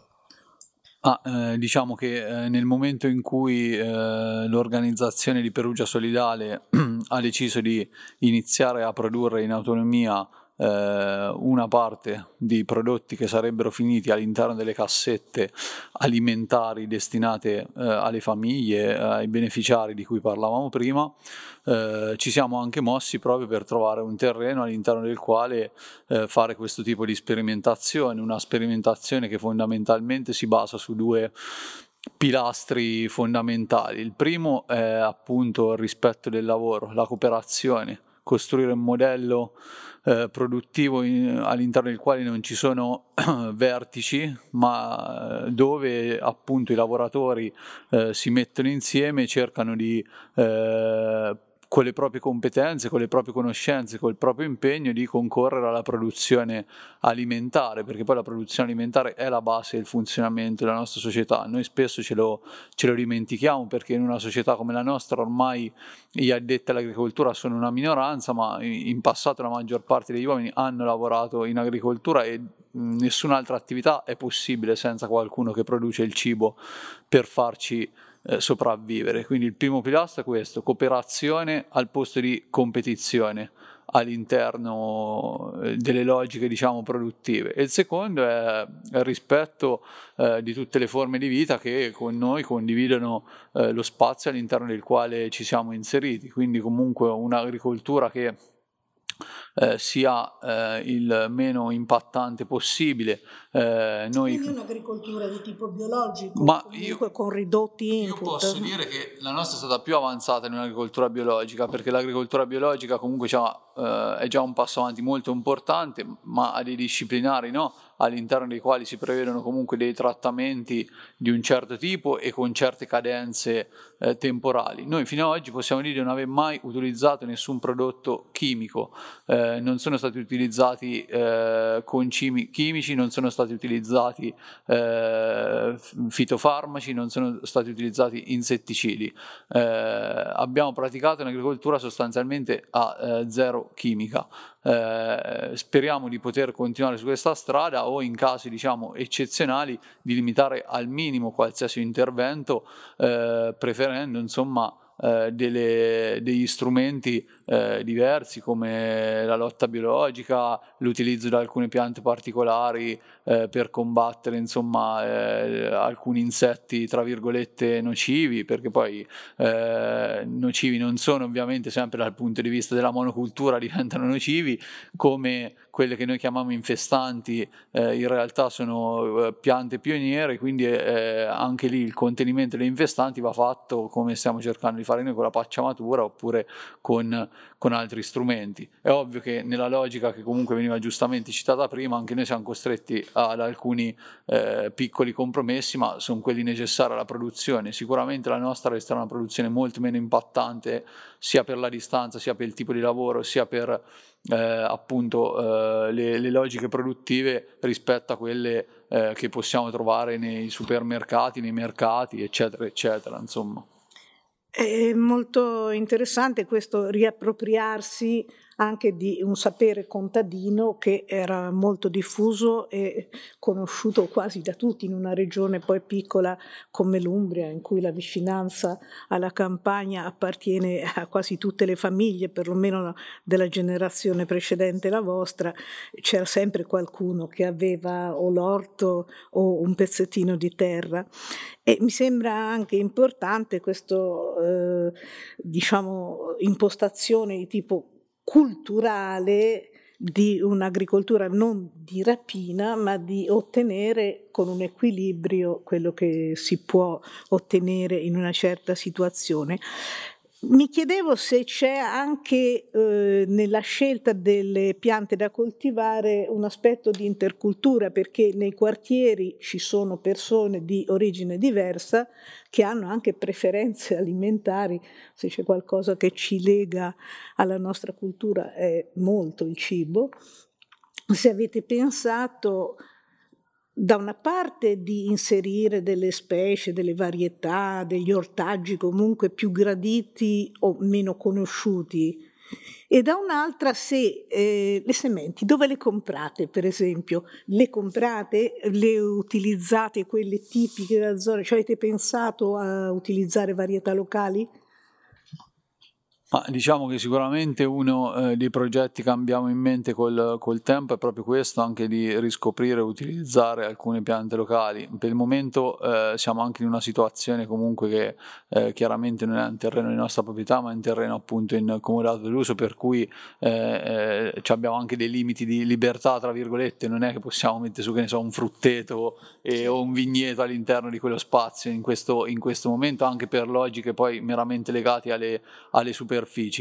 Diciamo che nel momento in cui l'organizzazione di Perugia Solidale ha deciso di iniziare a produrre in autonomia una parte di prodotti che sarebbero finiti all'interno delle cassette alimentari destinate alle famiglie, ai beneficiari di cui parlavamo prima, ci siamo anche mossi proprio per trovare un terreno all'interno del quale fare questo tipo di sperimentazione, una sperimentazione che fondamentalmente si basa su due pilastri fondamentali. Il primo è appunto il rispetto del lavoro, la cooperazione, costruire un modello produttivo all'interno del quale non ci sono vertici, ma dove appunto i lavoratori si mettono insieme e cercano di con le proprie competenze, con le proprie conoscenze, col proprio impegno di concorrere alla produzione alimentare, perché poi la produzione alimentare è la base del funzionamento della nostra società. Noi spesso ce lo dimentichiamo, perché in una società come la nostra ormai gli addetti all'agricoltura sono una minoranza, ma in passato la maggior parte degli uomini hanno lavorato in agricoltura e nessun'altra attività è possibile senza qualcuno che produce il cibo per farci sopravvivere. Quindi il primo pilastro è questo: cooperazione al posto di competizione all'interno delle logiche diciamo produttive, e il secondo è il rispetto di tutte le forme di vita che con noi condividono lo spazio all'interno del quale ci siamo inseriti, quindi comunque un'agricoltura che sia il meno impattante possibile. Quindi un'agricoltura di tipo biologico, ma comunque con ridotti input. Io posso dire che la nostra è stata più avanzata in un'agricoltura biologica, perché l'agricoltura biologica comunque è già un passo avanti molto importante, ma ha dei disciplinari, no? All'interno dei quali si prevedono comunque dei trattamenti di un certo tipo e con certe cadenze temporali. Noi fino ad oggi possiamo dire di non aver mai utilizzato nessun prodotto chimico, non sono stati utilizzati concimi chimici, non sono stati utilizzati fitofarmaci, non sono stati utilizzati insetticidi. Abbiamo praticato un'agricoltura sostanzialmente a zero chimica. Speriamo di poter continuare su questa strada, o in casi diciamo eccezionali di limitare al minimo qualsiasi intervento, preferendo insomma degli strumenti diversi come la lotta biologica, l'utilizzo di alcune piante particolari per combattere insomma alcuni insetti tra virgolette nocivi, perché poi nocivi non sono ovviamente sempre dal punto di vista della monocultura, diventano nocivi, come quelle che noi chiamiamo infestanti in realtà sono piante pioniere, quindi anche lì il contenimento delle infestanti va fatto come stiamo cercando di fare noi con la pacciamatura oppure con altri strumenti. È ovvio che nella logica che comunque veniva giustamente citata prima, anche noi siamo costretti ad alcuni piccoli compromessi, ma sono quelli necessari alla produzione. Sicuramente la nostra resterà una produzione molto meno impattante, sia per la distanza, sia per il tipo di lavoro, sia per appunto le logiche produttive rispetto a quelle che possiamo trovare nei supermercati, nei mercati, eccetera, eccetera, insomma. È molto interessante questo riappropriarsi anche di un sapere contadino che era molto diffuso e conosciuto quasi da tutti in una regione poi piccola come l'Umbria, in cui la vicinanza alla campagna appartiene a quasi tutte le famiglie, perlomeno della generazione precedente la vostra. C'era sempre qualcuno che aveva o l'orto o un pezzettino di terra. E mi sembra anche importante questo, diciamo, impostazione di tipo culturale di un'agricoltura non di rapina, ma di ottenere con un equilibrio quello che si può ottenere in una certa situazione. Mi chiedevo se c'è anche nella scelta delle piante da coltivare un aspetto di intercultura, perché nei quartieri ci sono persone di origine diversa che hanno anche preferenze alimentari. Se c'è qualcosa che ci lega alla nostra cultura è molto il cibo. Se avete pensato da una parte di inserire delle specie, delle varietà, degli ortaggi comunque più graditi o meno conosciuti, e da un'altra se le sementi dove le comprate, per esempio? Le comprate, le utilizzate quelle tipiche della zona? Cioè avete pensato a utilizzare varietà locali? Ma diciamo che sicuramente uno dei progetti che abbiamo in mente col tempo è proprio questo, anche di riscoprire e utilizzare alcune piante locali. Per il momento siamo anche in una situazione comunque che chiaramente non è un terreno di nostra proprietà, ma è un terreno appunto in comodato d'uso, per cui abbiamo anche dei limiti di libertà, tra virgolette. Non è che possiamo mettere su, che ne so, un frutteto o un vigneto all'interno di quello spazio in questo momento, anche per logiche poi meramente legate alle superfici.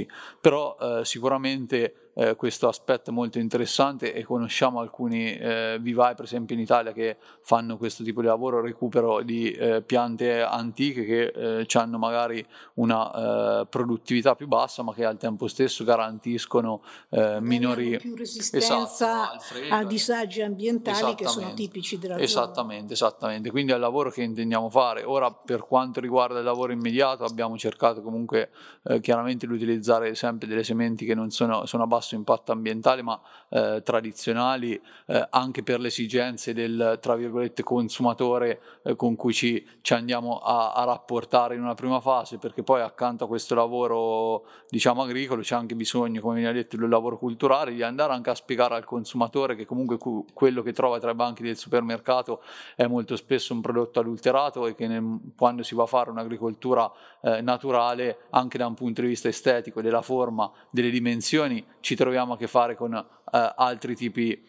Però sicuramente questo aspetto è molto interessante e conosciamo alcuni vivai, per esempio in Italia, che fanno questo tipo di lavoro, recupero di piante antiche che hanno magari una produttività più bassa, ma che al tempo stesso garantiscono minori, più resistenza al freddo, a disagi ambientali che sono esattamente. tipici della zona. Esattamente, quindi è il lavoro che intendiamo fare. Ora, per quanto riguarda il lavoro immediato, abbiamo cercato comunque chiaramente di utilizzare sempre delle sementi che non sono a basso impatto ambientale, ma tradizionali, anche per le esigenze del, tra virgolette, consumatore con cui ci andiamo a rapportare in una prima fase, perché poi accanto a questo lavoro, diciamo, agricolo, c'è anche bisogno, come viene detto, del lavoro culturale, di andare anche a spiegare al consumatore che comunque quello che trova tra i banchi del supermercato è molto spesso un prodotto adulterato e che quando si va a fare un'agricoltura naturale, anche da un punto di vista estetico, della forma, delle dimensioni, ci troviamo a che fare con altri tipi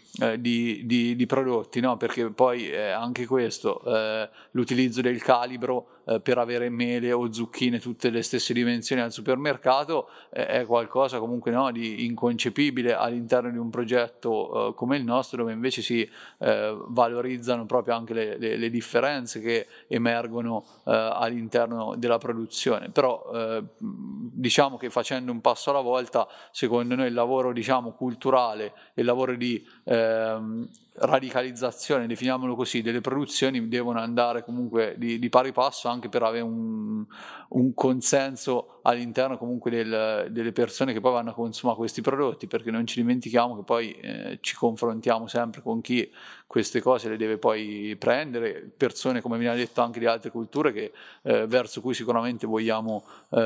di prodotti, no? Perché poi anche questo, l'utilizzo del calibro per avere mele o zucchine tutte le stesse dimensioni al supermercato è qualcosa comunque, no, di inconcepibile all'interno di un progetto come il nostro, dove invece si valorizzano proprio anche le differenze che emergono all'interno della produzione. Però diciamo che facendo un passo alla volta, secondo noi il lavoro, diciamo, culturale e il lavoro di radicalizzazione, definiamolo così, delle produzioni devono andare comunque di pari passo, anche per avere un consenso all'interno comunque delle persone che poi vanno a consumare questi prodotti, perché non ci dimentichiamo che poi ci confrontiamo sempre con chi queste cose le deve poi prendere, persone, come viene detto, anche di altre culture che verso cui sicuramente vogliamo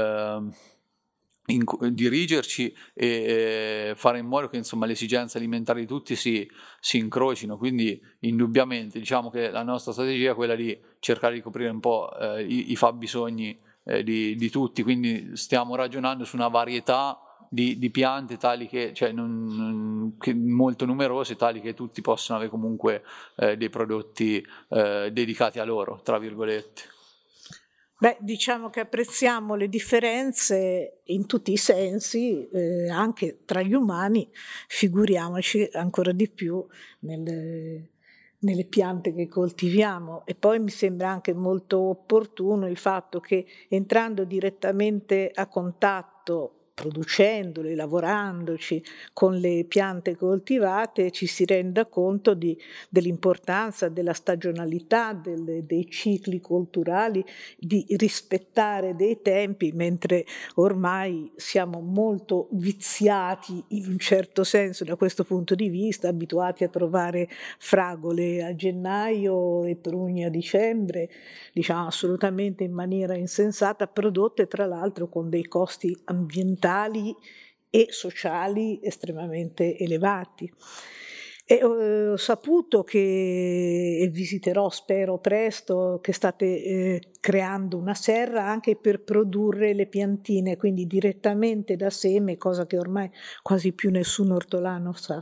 dirigerci e fare in modo che, insomma, le esigenze alimentari di tutti si incrocino. Quindi indubbiamente diciamo che la nostra strategia è quella di cercare di coprire un po' i fabbisogni di tutti, quindi stiamo ragionando su una varietà di piante tali che, cioè che molto numerose, tali che tutti possano avere comunque dei prodotti dedicati a loro, tra virgolette. Beh, diciamo che apprezziamo le differenze in tutti i sensi, anche tra gli umani, figuriamoci ancora di più nelle nelle piante che coltiviamo. E poi mi sembra anche molto opportuno il fatto che entrando direttamente a contatto, producendole, lavorandoci con le piante coltivate, ci si renda conto dell'importanza della stagionalità, dei cicli culturali, di rispettare dei tempi, mentre ormai siamo molto viziati in un certo senso da questo punto di vista, abituati a trovare fragole a gennaio e prugne a dicembre, diciamo assolutamente in maniera insensata, prodotte tra l'altro con dei costi ambientali e sociali estremamente elevati. E ho saputo che, e visiterò spero presto, che state creando una serra anche per produrre le piantine, quindi direttamente da seme, cosa che ormai quasi più nessun ortolano sa.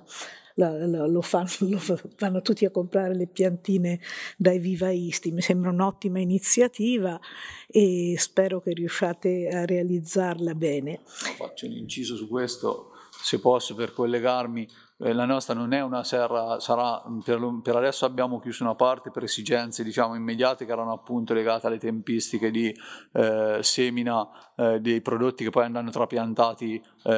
Vanno tutti a comprare le piantine dai vivaisti. Mi sembra un'ottima iniziativa e spero che riusciate a realizzarla bene. Faccio un inciso su questo, se posso, per collegarmi. La nostra non è una serra, sarà per adesso abbiamo chiuso una parte per esigenze diciamo immediate che erano appunto legate alle tempistiche di semina dei prodotti che poi andranno trapiantati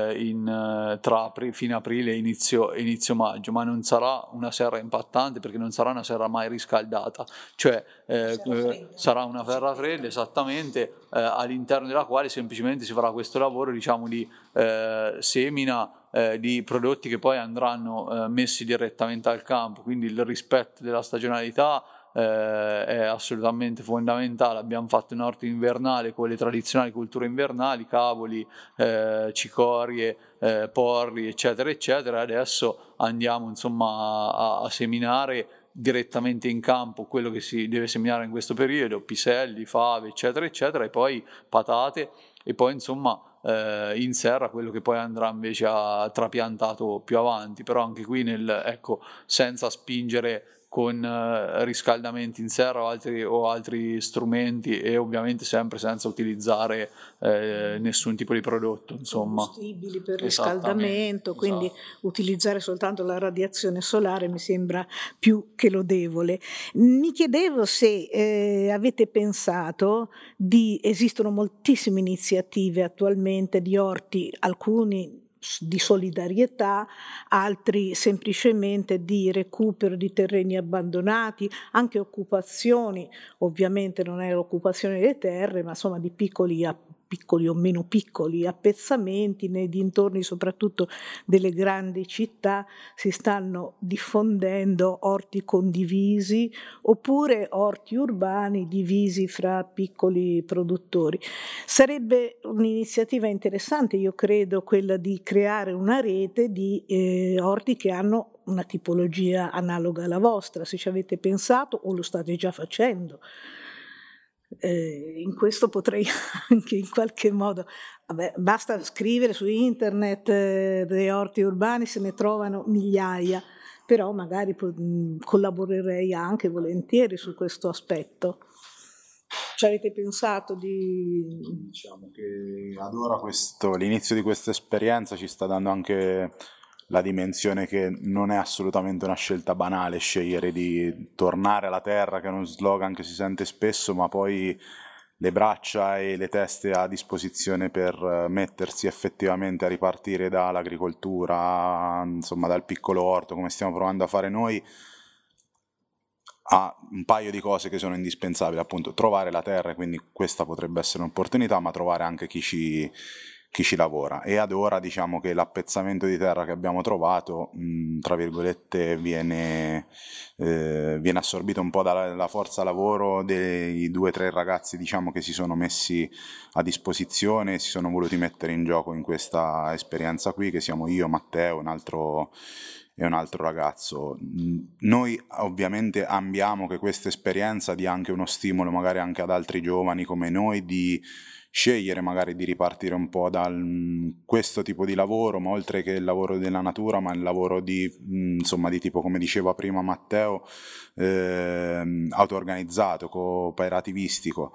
tra fine aprile e inizio maggio, ma non sarà una serra impattante perché non sarà una serra mai riscaldata, cioè sarà una serra fredda esattamente, all'interno della quale semplicemente si farà questo lavoro diciamo di semina di prodotti che poi andranno messi direttamente al campo, quindi il rispetto della stagionalità è assolutamente fondamentale. Abbiamo fatto un orto invernale con le tradizionali culture invernali, cavoli, cicorie, porri, eccetera, eccetera. Adesso andiamo insomma a seminare direttamente in campo quello che si deve seminare in questo periodo, piselli, fave, eccetera, eccetera, e poi patate, e poi insomma in serra quello che poi andrà invece a trapiantato più avanti, però anche qui ecco, senza spingere con riscaldamenti in serra o altri strumenti, e ovviamente sempre senza utilizzare nessun tipo di prodotto, insomma. Combustibili per riscaldamento, quindi utilizzare soltanto la radiazione solare mi sembra più che lodevole. Mi chiedevo se avete pensato esistono moltissime iniziative attualmente di orti, alcuni di solidarietà, altri semplicemente di recupero di terreni abbandonati, anche occupazioni, ovviamente non è l'occupazione delle terre, ma insomma di piccoli o meno piccoli appezzamenti nei dintorni soprattutto delle grandi città. Si stanno diffondendo orti condivisi oppure orti urbani divisi fra piccoli produttori. Sarebbe un'iniziativa interessante, io credo, quella di creare una rete di orti che hanno una tipologia analoga alla vostra, se ci avete pensato o lo state già facendo. In questo potrei anche in qualche modo, basta scrivere su internet dei orti urbani, se ne trovano migliaia, però magari collaborerei anche volentieri su questo aspetto. Ci avete pensato di... Diciamo che ad ora l'inizio di questa esperienza ci sta dando anche la dimensione che non è assolutamente una scelta banale scegliere di tornare alla terra, che è uno slogan che si sente spesso, ma poi le braccia e le teste a disposizione per mettersi effettivamente a ripartire dall'agricoltura, insomma dal piccolo orto, come stiamo provando a fare noi, ha un paio di cose che sono indispensabili, appunto trovare la terra, quindi questa potrebbe essere un'opportunità, ma trovare anche chi ci lavora. E ad ora diciamo che l'appezzamento di terra che abbiamo trovato, tra virgolette, viene assorbito un po' dalla forza lavoro dei 2 o 3 ragazzi, diciamo, che si sono messi a disposizione e si sono voluti mettere in gioco in questa esperienza qui, che siamo io, Matteo, e un altro ragazzo. Noi ovviamente ambiamo che questa esperienza dia anche uno stimolo magari anche ad altri giovani come noi di scegliere magari di ripartire un po' da questo tipo di lavoro, ma oltre che il lavoro della natura, ma il lavoro insomma, di tipo, come diceva prima Matteo, auto-organizzato, cooperativistico,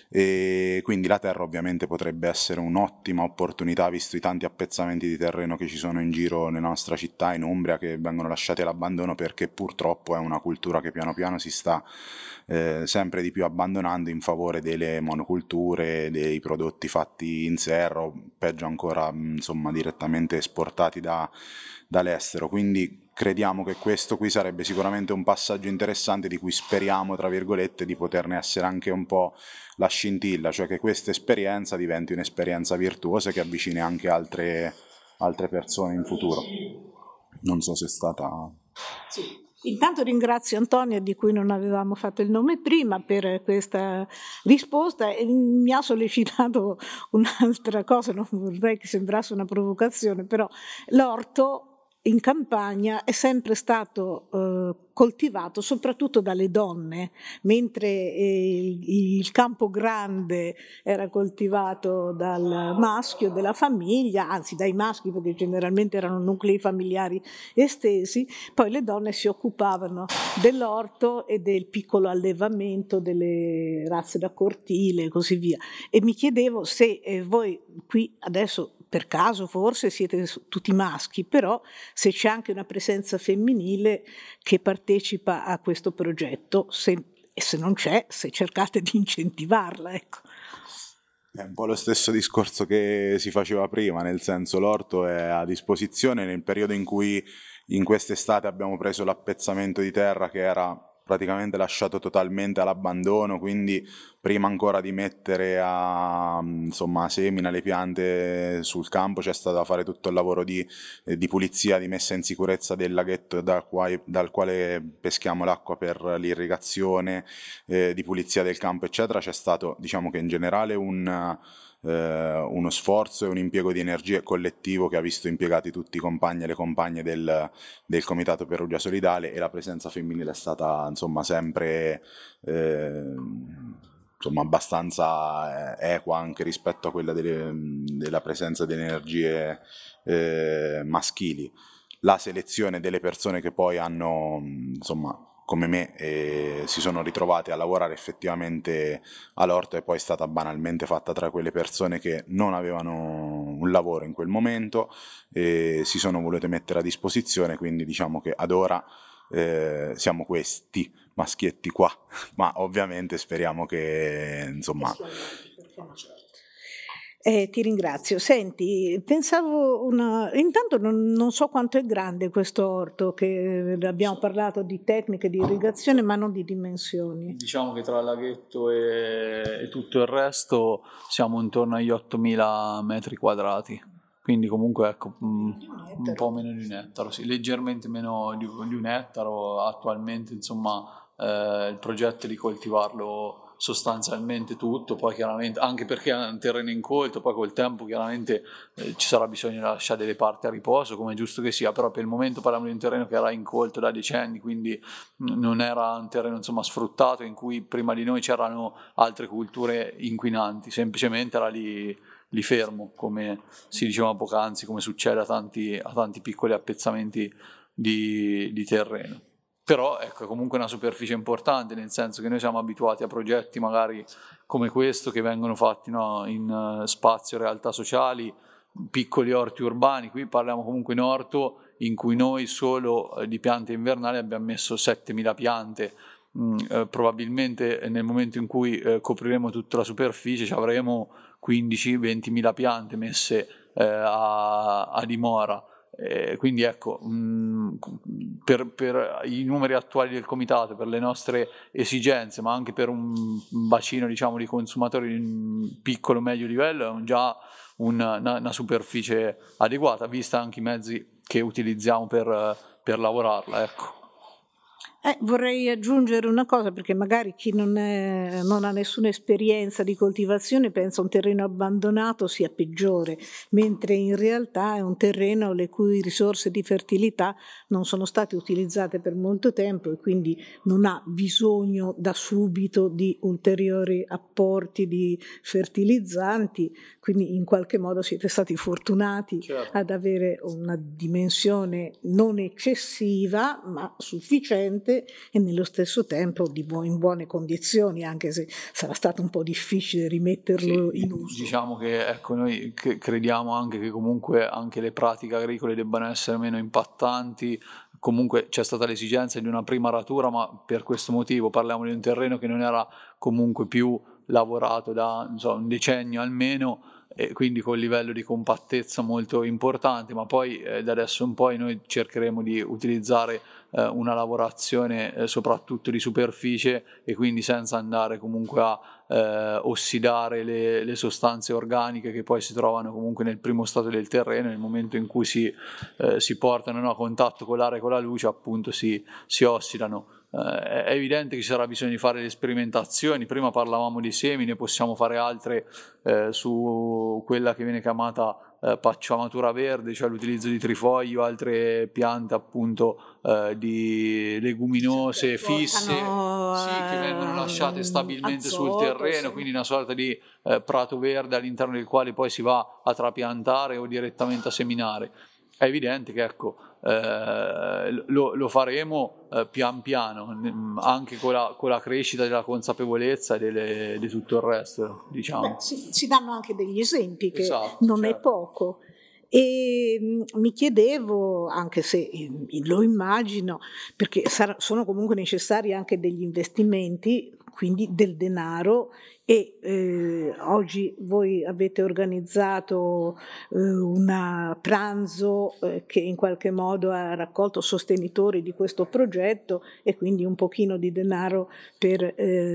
e quindi la terra ovviamente potrebbe essere un'ottima opportunità, visto i tanti appezzamenti di terreno che ci sono in giro nella nostra città, in Umbria, che vengono lasciati all'abbandono perché purtroppo è una cultura che piano piano si sta sempre di più abbandonando in favore delle monoculture, dei prodotti fatti in serra, o peggio ancora, insomma, direttamente esportati dall'estero. Quindi crediamo che questo qui sarebbe sicuramente un passaggio interessante, di cui speriamo, tra virgolette, di poterne essere anche un po' la scintilla, cioè che questa esperienza diventi un'esperienza virtuosa che avvicini anche altre persone in futuro. Non so se è stata... Sì. Intanto ringrazio Antonia, di cui non avevamo fatto il nome prima, per questa risposta, e mi ha sollecitato un'altra cosa, non vorrei che sembrasse una provocazione, però l'orto in campagna è sempre stato coltivato soprattutto dalle donne, mentre il campo grande era coltivato dal maschio della famiglia, anzi dai maschi, perché generalmente erano nuclei familiari estesi. Poi le donne si occupavano dell'orto e del piccolo allevamento delle razze da cortile e così via. E mi chiedevo se voi qui adesso, per caso forse siete tutti maschi, però se c'è anche una presenza femminile che partecipa a questo progetto, e se non c'è, se cercate di incentivarla, ecco. È un po' lo stesso discorso che si faceva prima, nel senso, l'orto è a disposizione nel periodo in cui in quest'estate abbiamo preso l'appezzamento di terra che era praticamente lasciato totalmente all'abbandono, quindi prima ancora di mettere a semina le piante sul campo c'è stato da fare tutto il lavoro di pulizia, di messa in sicurezza del laghetto dal quale peschiamo l'acqua per l'irrigazione, di pulizia del campo eccetera. C'è stato, diciamo che in generale uno sforzo e un impiego di energie collettivo che ha visto impiegati tutti i compagni e le compagne del Comitato Perugia Solidale, e la presenza femminile è stata sempre abbastanza equa anche rispetto a quella della presenza delle energie maschili. La selezione delle persone che poi hanno, come me, si sono ritrovate a lavorare effettivamente all'orto è poi stata banalmente fatta tra quelle persone che non avevano un lavoro in quel momento e si sono volute mettere a disposizione, quindi diciamo che ad ora siamo questi maschietti qua, ma ovviamente speriamo che Ti ringrazio. Senti, pensavo intanto non so quanto è grande questo orto, che abbiamo parlato di tecniche di irrigazione, ma non di dimensioni. Diciamo che tra il laghetto e tutto il resto siamo intorno agli 8.000 metri quadrati, quindi comunque ecco, un po' meno di un ettaro, sì, leggermente meno di un ettaro. Attualmente il progetto è di coltivarlo sostanzialmente tutto, poi chiaramente anche perché è un terreno incolto, poi col tempo chiaramente ci sarà bisogno di lasciare delle parti a riposo, come è giusto che sia, però per il momento parliamo di un terreno che era incolto da decenni, quindi non era un terreno sfruttato in cui prima di noi c'erano altre culture inquinanti, semplicemente era lì fermo, come si diceva poc'anzi, come succede a tanti piccoli appezzamenti di terreno. Però ecco, è comunque una superficie importante, nel senso che noi siamo abituati a progetti magari come questo che vengono fatti in spazio realtà sociali, piccoli orti urbani. Qui parliamo comunque in orto in cui noi solo di piante invernali abbiamo messo 7.000 piante. Probabilmente nel momento in cui copriremo tutta la superficie ci avremo 15-20.000 piante messe a dimora. Quindi ecco, per i numeri attuali del comitato, per le nostre esigenze, ma anche per un bacino di consumatori di piccolo medio livello, è già una superficie adeguata, vista anche i mezzi che utilizziamo per lavorarla, ecco. Vorrei aggiungere una cosa, perché magari chi non ha nessuna esperienza di coltivazione pensa un terreno abbandonato sia peggiore, mentre in realtà è un terreno le cui risorse di fertilità non sono state utilizzate per molto tempo e quindi non ha bisogno da subito di ulteriori apporti di fertilizzanti, quindi in qualche modo siete stati fortunati ad avere una dimensione non eccessiva ma sufficiente e nello stesso tempo in buone condizioni, anche se sarà stato un po' difficile rimetterlo in uso. Diciamo che ecco, noi crediamo anche che comunque anche le pratiche agricole debbano essere meno impattanti. Comunque c'è stata l'esigenza di una prima aratura, ma per questo motivo parliamo di un terreno che non era comunque più lavorato da un decennio almeno, e quindi con un livello di compattezza molto importante, ma poi da adesso in poi noi cercheremo di utilizzare una lavorazione soprattutto di superficie e quindi senza andare comunque a ossidare le sostanze organiche che poi si trovano comunque nel primo stato del terreno. Nel momento in cui si portano a contatto con l'aria e con la luce, appunto si ossidano. È evidente che ci sarà bisogno di fare le sperimentazioni. Prima parlavamo di semi, ne possiamo fare altre su quella che viene chiamata pacciamatura verde, cioè l'utilizzo di trifoglio, altre piante appunto di leguminose fisse, che vengono lasciate stabilmente sul terreno, quindi una sorta di prato verde all'interno del quale poi si va a trapiantare o direttamente a seminare. È evidente che ecco, lo faremo pian piano, anche con la crescita della consapevolezza e di tutto il resto, diciamo. Si danno anche degli esempi, che non è poco. E mi chiedevo, anche se lo immagino, perché sono comunque necessari anche degli investimenti, quindi del denaro, e oggi voi avete organizzato un pranzo che in qualche modo ha raccolto sostenitori di questo progetto e quindi un pochino di denaro per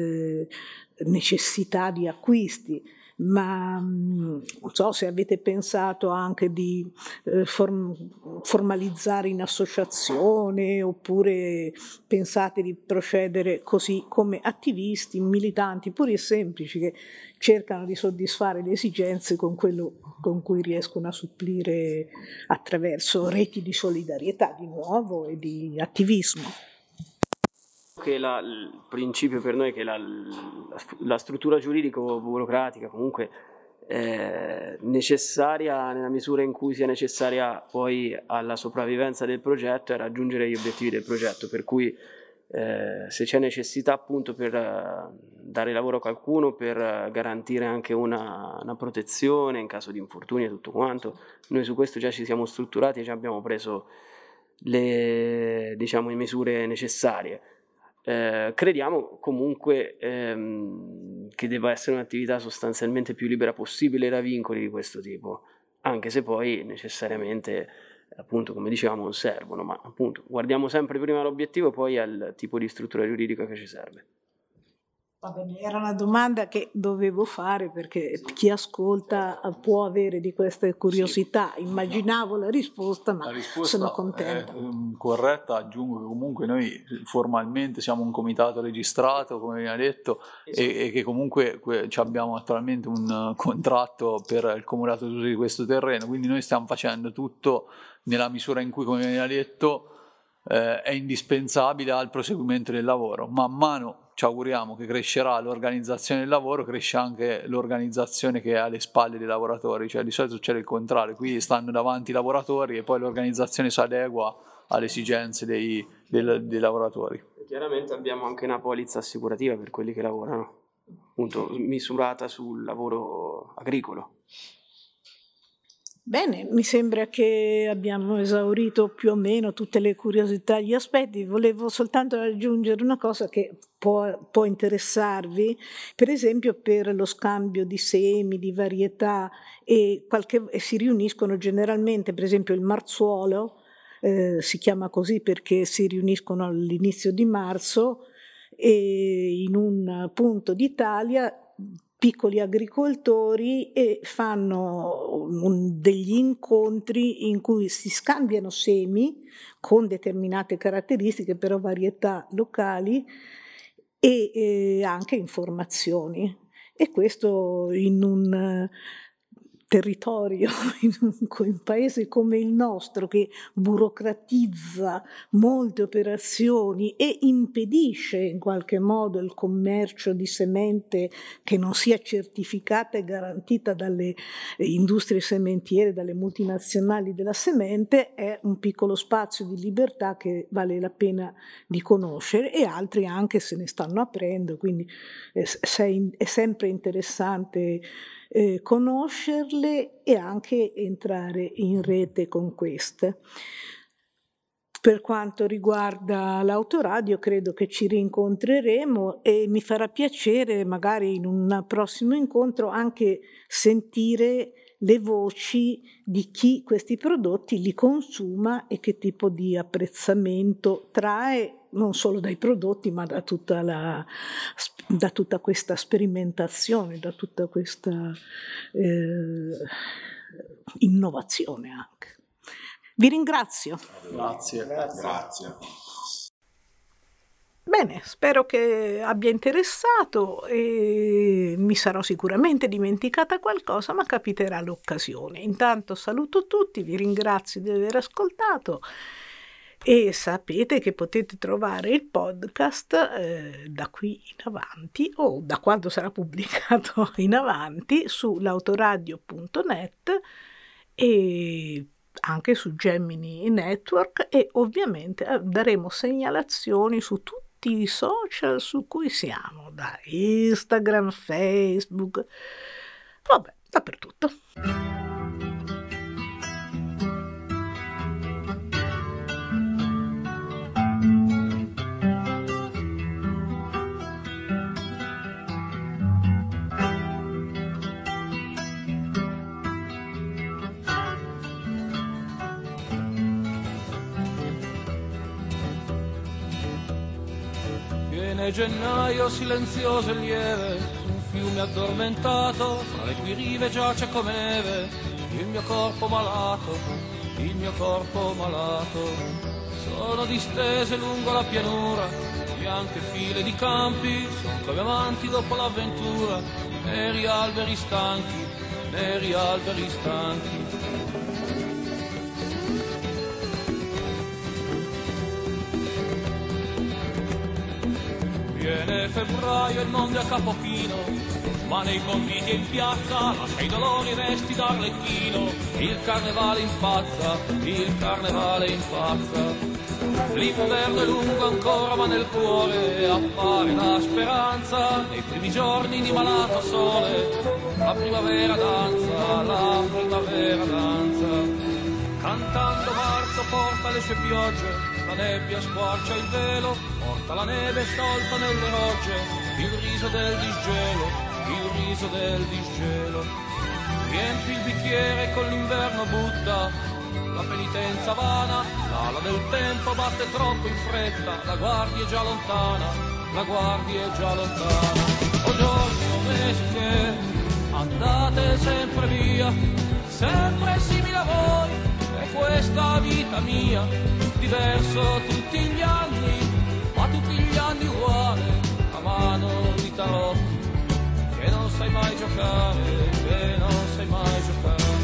necessità di acquisti. Ma non so se avete pensato anche di formalizzare in associazione, oppure pensate di procedere così come attivisti, militanti puri e semplici che cercano di soddisfare le esigenze con quello con cui riescono a supplire attraverso reti di solidarietà di nuovo e di attivismo. Che il principio per noi è che la struttura giuridico-burocratica comunque è necessaria nella misura in cui sia necessaria poi alla sopravvivenza del progetto e a raggiungere gli obiettivi del progetto, per cui se c'è necessità appunto per dare lavoro a qualcuno, per garantire anche una protezione in caso di infortuni e tutto quanto, noi su questo già ci siamo strutturati e già abbiamo preso le misure necessarie. Crediamo comunque che debba essere un'attività sostanzialmente più libera possibile da vincoli di questo tipo, anche se poi necessariamente, appunto, come dicevamo, non servono, ma appunto guardiamo sempre prima all'obiettivo e poi al tipo di struttura giuridica che ci serve. Va bene, era una domanda che dovevo fare perché chi ascolta può avere di queste curiosità. Immaginavo la risposta, ma sono contenta. È corretta. Aggiungo che comunque noi formalmente siamo un comitato registrato, come viene detto, e che comunque abbiamo attualmente un contratto per il comodato d'uso di questo terreno, quindi noi stiamo facendo tutto nella misura in cui, come viene detto, è indispensabile al proseguimento del lavoro. Man mano ci auguriamo che crescerà l'organizzazione del lavoro, cresce anche l'organizzazione che è alle spalle dei lavoratori, cioè di solito succede il contrario, qui stanno davanti i lavoratori e poi l'organizzazione si adegua alle esigenze dei lavoratori. Chiaramente abbiamo anche una polizza assicurativa per quelli che lavorano, appunto misurata sul lavoro agricolo. Bene, mi sembra che abbiamo esaurito più o meno tutte le curiosità e gli aspetti. Volevo soltanto aggiungere una cosa che può interessarvi, per esempio per lo scambio di semi, di varietà, e si riuniscono generalmente, per esempio il marzuolo, si chiama così perché si riuniscono all'inizio di marzo e in un punto d'Italia piccoli agricoltori e fanno degli incontri in cui si scambiano semi con determinate caratteristiche, però varietà locali, e anche informazioni. E questo in un territorio, in un paese come il nostro, che burocratizza molte operazioni e impedisce in qualche modo il commercio di semente che non sia certificata e garantita dalle industrie sementiere, dalle multinazionali della semente, è un piccolo spazio di libertà che vale la pena di conoscere, e altri anche se ne stanno aprendo, quindi è sempre interessante conoscerle e anche entrare in rete con queste. Per quanto riguarda l'autoradio, credo che ci rincontreremo e mi farà piacere magari in un prossimo incontro anche sentire le voci di chi questi prodotti li consuma e che tipo di apprezzamento trae non solo dai prodotti, ma da tutta questa sperimentazione, da tutta questa innovazione anche. Vi ringrazio. Grazie. Bene, spero che abbia interessato e mi sarò sicuramente dimenticata qualcosa, ma capiterà l'occasione. Intanto saluto tutti, vi ringrazio di aver ascoltato e sapete che potete trovare il podcast da qui in avanti o da quando sarà pubblicato in avanti su l'autoradio.net e anche su Gemini Network, e ovviamente daremo segnalazioni su tutti i social su cui siamo, da Instagram, Facebook, vabbè, dappertutto. Viene gennaio silenzioso e lieve, un fiume addormentato, fra le cui rive giace come neve il mio corpo malato, il mio corpo malato. Sono distese lungo la pianura, bianche file di campi, sono come amanti dopo l'avventura, neri alberi stanchi, neri alberi stanchi. Viene febbraio e il mondo è a capo chino, ma nei conviti e in piazza lascia i dolori vesti d'arlecchino. Il carnevale impazza, il carnevale impazza. L'inverno è lungo ancora ma nel cuore appare la speranza. Nei primi giorni di malato sole, la primavera danza, la primavera danza. Cantando marzo porta le sue piogge, la nebbia squarcia il velo, porta la neve sciolta nelle rocce, il riso del disgelo, il riso del disgelo. Riempi il bicchiere con l'inverno butta, la penitenza vana, l'ala del tempo batte troppo in fretta, la guardia è già lontana, la guardia è già lontana. O giorni o mesi che andate sempre via, sempre simile a voi, questa vita mia, diverso tutti gli anni, ma tutti gli anni uguale, a mano di tarotti, che non sai mai giocare, che non sai mai giocare.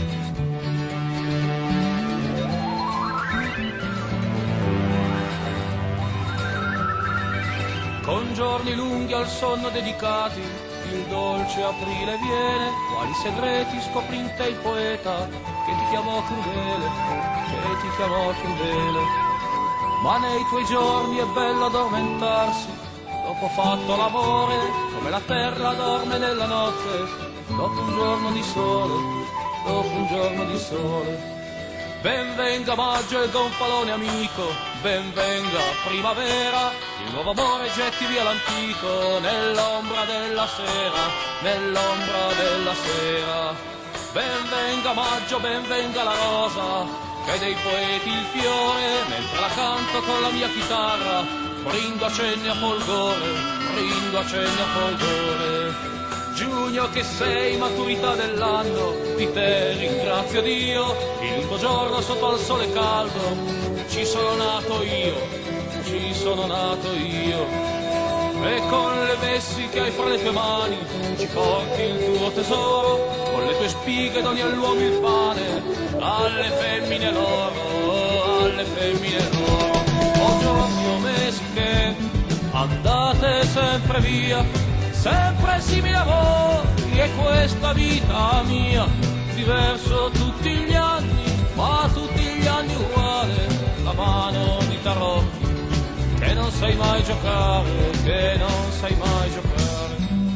Con giorni lunghi al sonno dedicati, il dolce aprile viene, quali segreti scoprì in te il poeta, che ti chiamò crudele, che ti chiamò crudele. Ma nei tuoi giorni è bello addormentarsi, dopo fatto l'amore, come la terra dorme nella notte, dopo un giorno di sole, dopo un giorno di sole. Ben venga maggio e gonfalone amico, ben venga primavera, il nuovo amore getti via l'antico, nell'ombra della sera, nell'ombra della sera. Ben venga maggio, ben venga la rosa, che è dei poeti il fiore, mentre la canto con la mia chitarra, brindo a cenni a folgore, brindo a cenni a folgore. Giugno che sei maturità dell'anno, di te ringrazio Dio, il tuo giorno sotto al sole caldo, ci sono nato io, ci sono nato io. E con le vessi che hai fra le tue mani ci porti il tuo tesoro, con le tue spighe doni all'uomo il pane, alle femmine loro, alle femmine loro. O giorni o mesi che andate sempre via, sempre simili a voi, e questa vita mia, diverso tutti gli anni, ma tutti gli anni uguale, la mano di tarocchi, che non sai mai giocare, che non sai mai giocare.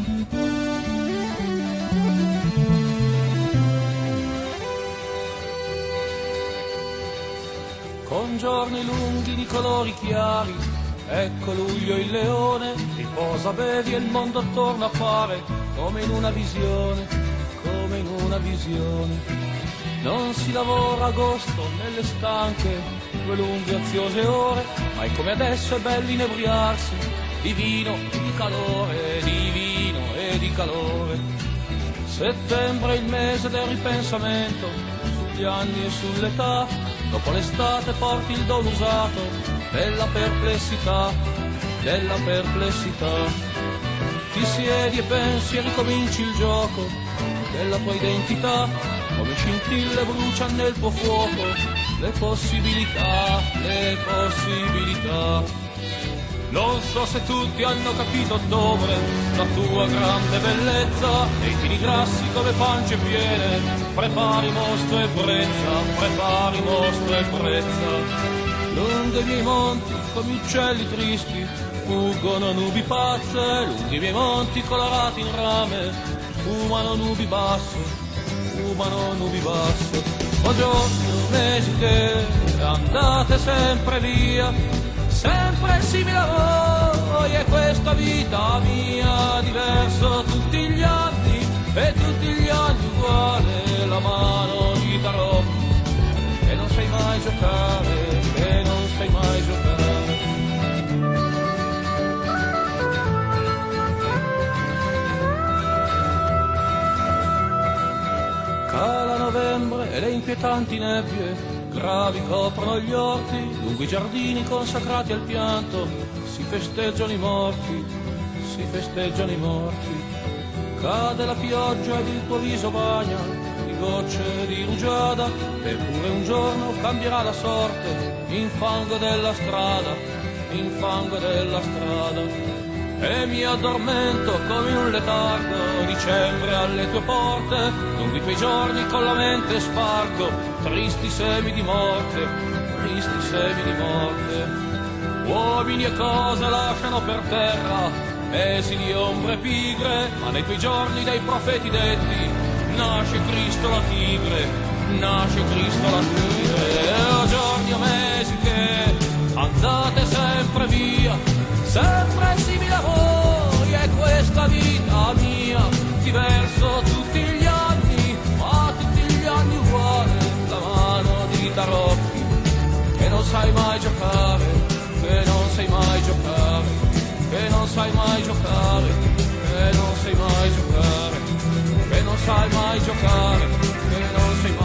Con giorni lunghi di colori chiari, ecco luglio il leone, riposa, bevi e il mondo attorno appare come in una visione, come in una visione. Non si lavora agosto nelle stanche, due lunghe oziose ore, ma è come adesso è bello inebriarsi di vino e di calore, di vino e di calore. Settembre è il mese del ripensamento sugli anni e sull'età, dopo l'estate porti il dono usato della perplessità, della perplessità. Ti siedi e pensi e ricominci il gioco della tua identità, come scintille bruciano nel tuo fuoco le possibilità, le possibilità. Non so se tutti hanno capito ottobre, la tua grande bellezza, e i fili grassi come pance piene, prepari mostro e brezza, prepari mostro e brezza. Lungo i miei monti come uccelli tristi, fuggono nubi pazze, lunghi i miei monti colorati in rame, fumano nubi basse, fumano nubi basse. O giorni, mesi che andate sempre via, sempre simile a voi, e questa vita mia, diverso tutti gli anni, e tutti gli anni uguale, la mano di tarocchi, che non sai mai giocare, che non sai mai giocare. Cala novembre e le inquietanti nebbie gravi coprono gli orti, lungo i giardini consacrati al pianto si festeggiano i morti, si festeggiano i morti. Cade la pioggia ed il tuo viso bagna di gocce di rugiada, eppure un giorno cambierà la sorte in fango della strada, in fango della strada. E mi addormento come in un letargo, dicembre alle tue porte, lungo i tuoi giorni con la mente spargo tristi semi di morte, tristi semi di morte. Uomini e cose lasciano per terra mesi di ombre pigre, ma nei tuoi giorni dai profeti detti nasce Cristo la tigre, nasce Cristo la tigre. O giorni o mesi che andate sempre via, sempre simile a voi, è questa vita mia, diverso tutti gli anni, ma tutti gli anni uguale, la mano di tarocchi, che non sai mai giocare, che non sai mai giocare, che non sai mai giocare, che non sai mai giocare, che non sai mai giocare, che non sai mai